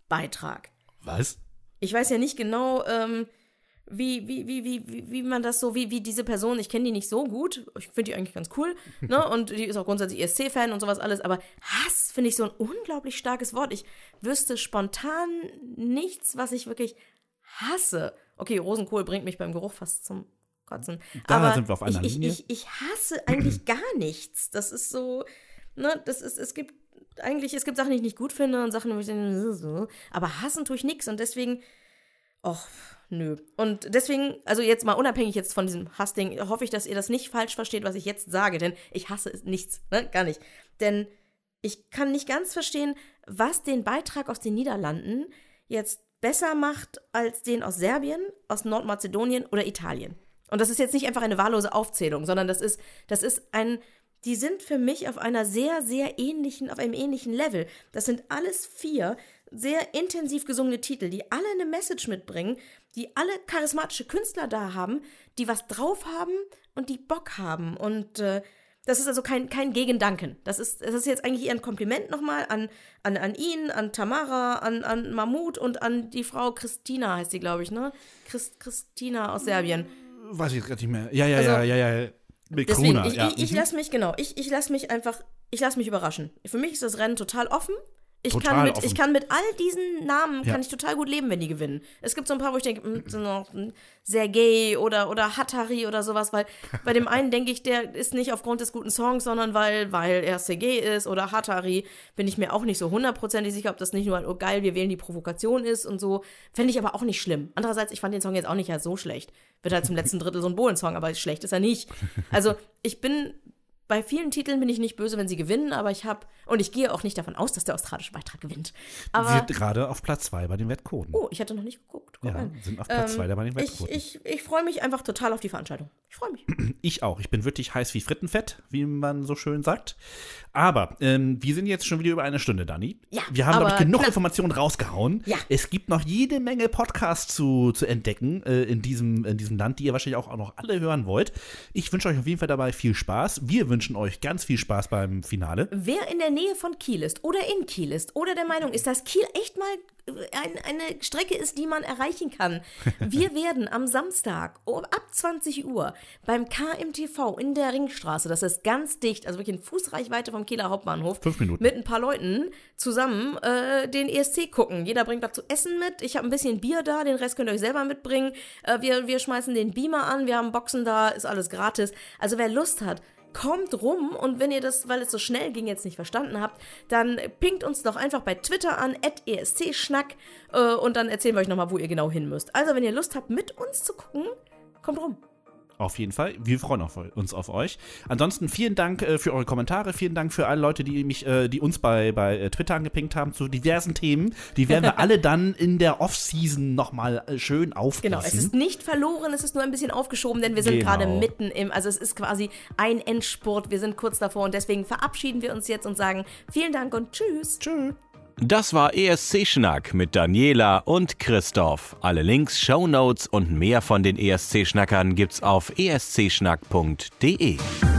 Beitrag. Was? Ich weiß ja nicht genau, ähm, wie, wie, wie, wie, wie, wie man das so, wie, wie diese Person, ich kenne die nicht so gut, ich finde die eigentlich ganz cool, ne, und die ist auch grundsätzlich E S C-Fan und sowas alles, aber Hass finde ich so ein unglaublich starkes Wort. Ich wüsste spontan nichts, was ich wirklich hasse. Okay, Rosenkohl bringt mich beim Geruch fast zum Kotzen. Da aber sind wir auf einer ich, Linie. Ich, ich, ich hasse eigentlich gar nichts. Das ist so, ne, das ist, es gibt eigentlich, es gibt Sachen, die ich nicht gut finde und Sachen, wo ich denke, so, aber hassen tue ich nichts und deswegen, och, nö. Und deswegen, also jetzt mal unabhängig jetzt von diesem Hassding, hoffe ich, dass ihr das nicht falsch versteht, was ich jetzt sage, denn ich hasse nichts, ne, gar nicht. Denn ich kann nicht ganz verstehen, was den Beitrag aus den Niederlanden jetzt besser macht als den aus Serbien, aus Nordmazedonien oder Italien. Und das ist jetzt nicht einfach eine wahllose Aufzählung, sondern das ist, das ist ein, die sind für mich auf einer sehr, sehr ähnlichen, auf einem ähnlichen Level. Das sind alles vier sehr intensiv gesungene Titel, die alle eine Message mitbringen, die alle charismatische Künstler da haben, die was drauf haben und die Bock haben. Und äh, das ist also kein, kein Gegendanken. Das ist, das ist jetzt eigentlich eher ein Kompliment nochmal an, an, an ihn, an Tamara, an, an Mahmoud und an die Frau Christina, heißt sie, glaube ich, ne? Christ, Christina aus Serbien. Weiß ich jetzt gerade nicht mehr. Ja, ja, Also, ja, ja, ja. Mit Deswegen, Kruna, ich, ja. ich, ich lasse mich, genau, ich, ich lasse mich einfach, ich lasse mich überraschen. Für mich ist das Rennen total offen. Ich, Total kann mit, offen. ich kann mit all diesen Namen, Ja. kann ich total gut leben, wenn die gewinnen. Es gibt so ein paar, wo ich denke, hm, sind noch hm, sehr gay oder, oder Hattari oder sowas, weil bei dem einen denke ich, der ist nicht aufgrund des guten Songs, sondern weil, weil er sehr gay ist oder Hattari, bin ich mir auch nicht so hundertprozentig sicher, ob das nicht nur ein, oh geil, wir wählen die Provokation ist und so. Fände ich aber auch nicht schlimm. Andererseits, ich fand den Song jetzt auch nicht ja so schlecht. Wird halt zum letzten Drittel so ein Bohlen-Song, aber schlecht ist er nicht. Also, ich bin bei vielen Titeln bin ich nicht böse, wenn sie gewinnen, aber ich habe, und ich gehe auch nicht davon aus, dass der australische Beitrag gewinnt. Aber, Sind gerade auf Platz zwei bei den Wettquoten. oh, ich hatte noch nicht geguckt. Guck ja, rein. sind auf Platz Ähm, zwei bei den Ich, Wettquoten. ich, ich freue mich einfach total auf die Veranstaltung. Ich freue mich. Ich auch. Ich bin wirklich heiß wie Frittenfett, wie man so schön sagt. Aber ähm, wir sind jetzt schon wieder über eine Stunde, Dani. Ja, wir haben, glaube ich, aber genug knapp. Informationen rausgehauen. Ja. Es gibt noch jede Menge Podcasts zu, zu entdecken äh, in, diesem, in diesem Land, die ihr wahrscheinlich auch, auch noch alle hören wollt. Ich wünsche euch auf jeden Fall dabei viel Spaß. Wir wünschen euch ganz viel Spaß beim Finale. Wer in der Nähe von Kiel ist oder in Kiel ist oder der Meinung ist, dass Kiel echt mal ein, eine Strecke ist, die man erreichen kann. Wir werden am Samstag um, ab zwanzig Uhr beim K M T V in der Ringstraße, das ist ganz dicht, also wirklich in Fußreichweite vom Kieler Hauptbahnhof, Fünf Minuten. mit ein paar Leuten zusammen äh, den E S C gucken. Jeder bringt was zu essen mit. Ich habe ein bisschen Bier da, den Rest könnt ihr euch selber mitbringen. Äh, wir, wir schmeißen den Beamer an, wir haben Boxen da, ist alles gratis. Also wer Lust hat, kommt rum und wenn ihr das, weil es so schnell ging, jetzt nicht verstanden habt, dann pinkt uns doch einfach bei Twitter an, at E S C Schnack äh, und dann erzählen wir euch nochmal, wo ihr genau hin müsst. Also wenn ihr Lust habt, mit uns zu gucken, kommt rum. Auf jeden Fall. Wir freuen auf, uns auf euch. Ansonsten vielen Dank äh, für eure Kommentare. Vielen Dank für alle Leute, die mich, äh, die uns bei, bei äh, Twitter angepinkt haben zu diversen Themen. Die werden wir alle dann in der Off-Season nochmal äh, schön aufrufen. Genau, es ist nicht verloren, es ist nur ein bisschen aufgeschoben, denn wir sind Genau. gerade mitten im, also es ist quasi ein Endspurt, wir sind kurz davor und deswegen verabschieden wir uns jetzt und sagen vielen Dank und tschüss. Tschüss. Das war E S C-Schnack mit Daniela und Christoph. Alle Links, Shownotes und mehr von den E S C-Schnackern gibt's auf e s c schnack punkt de.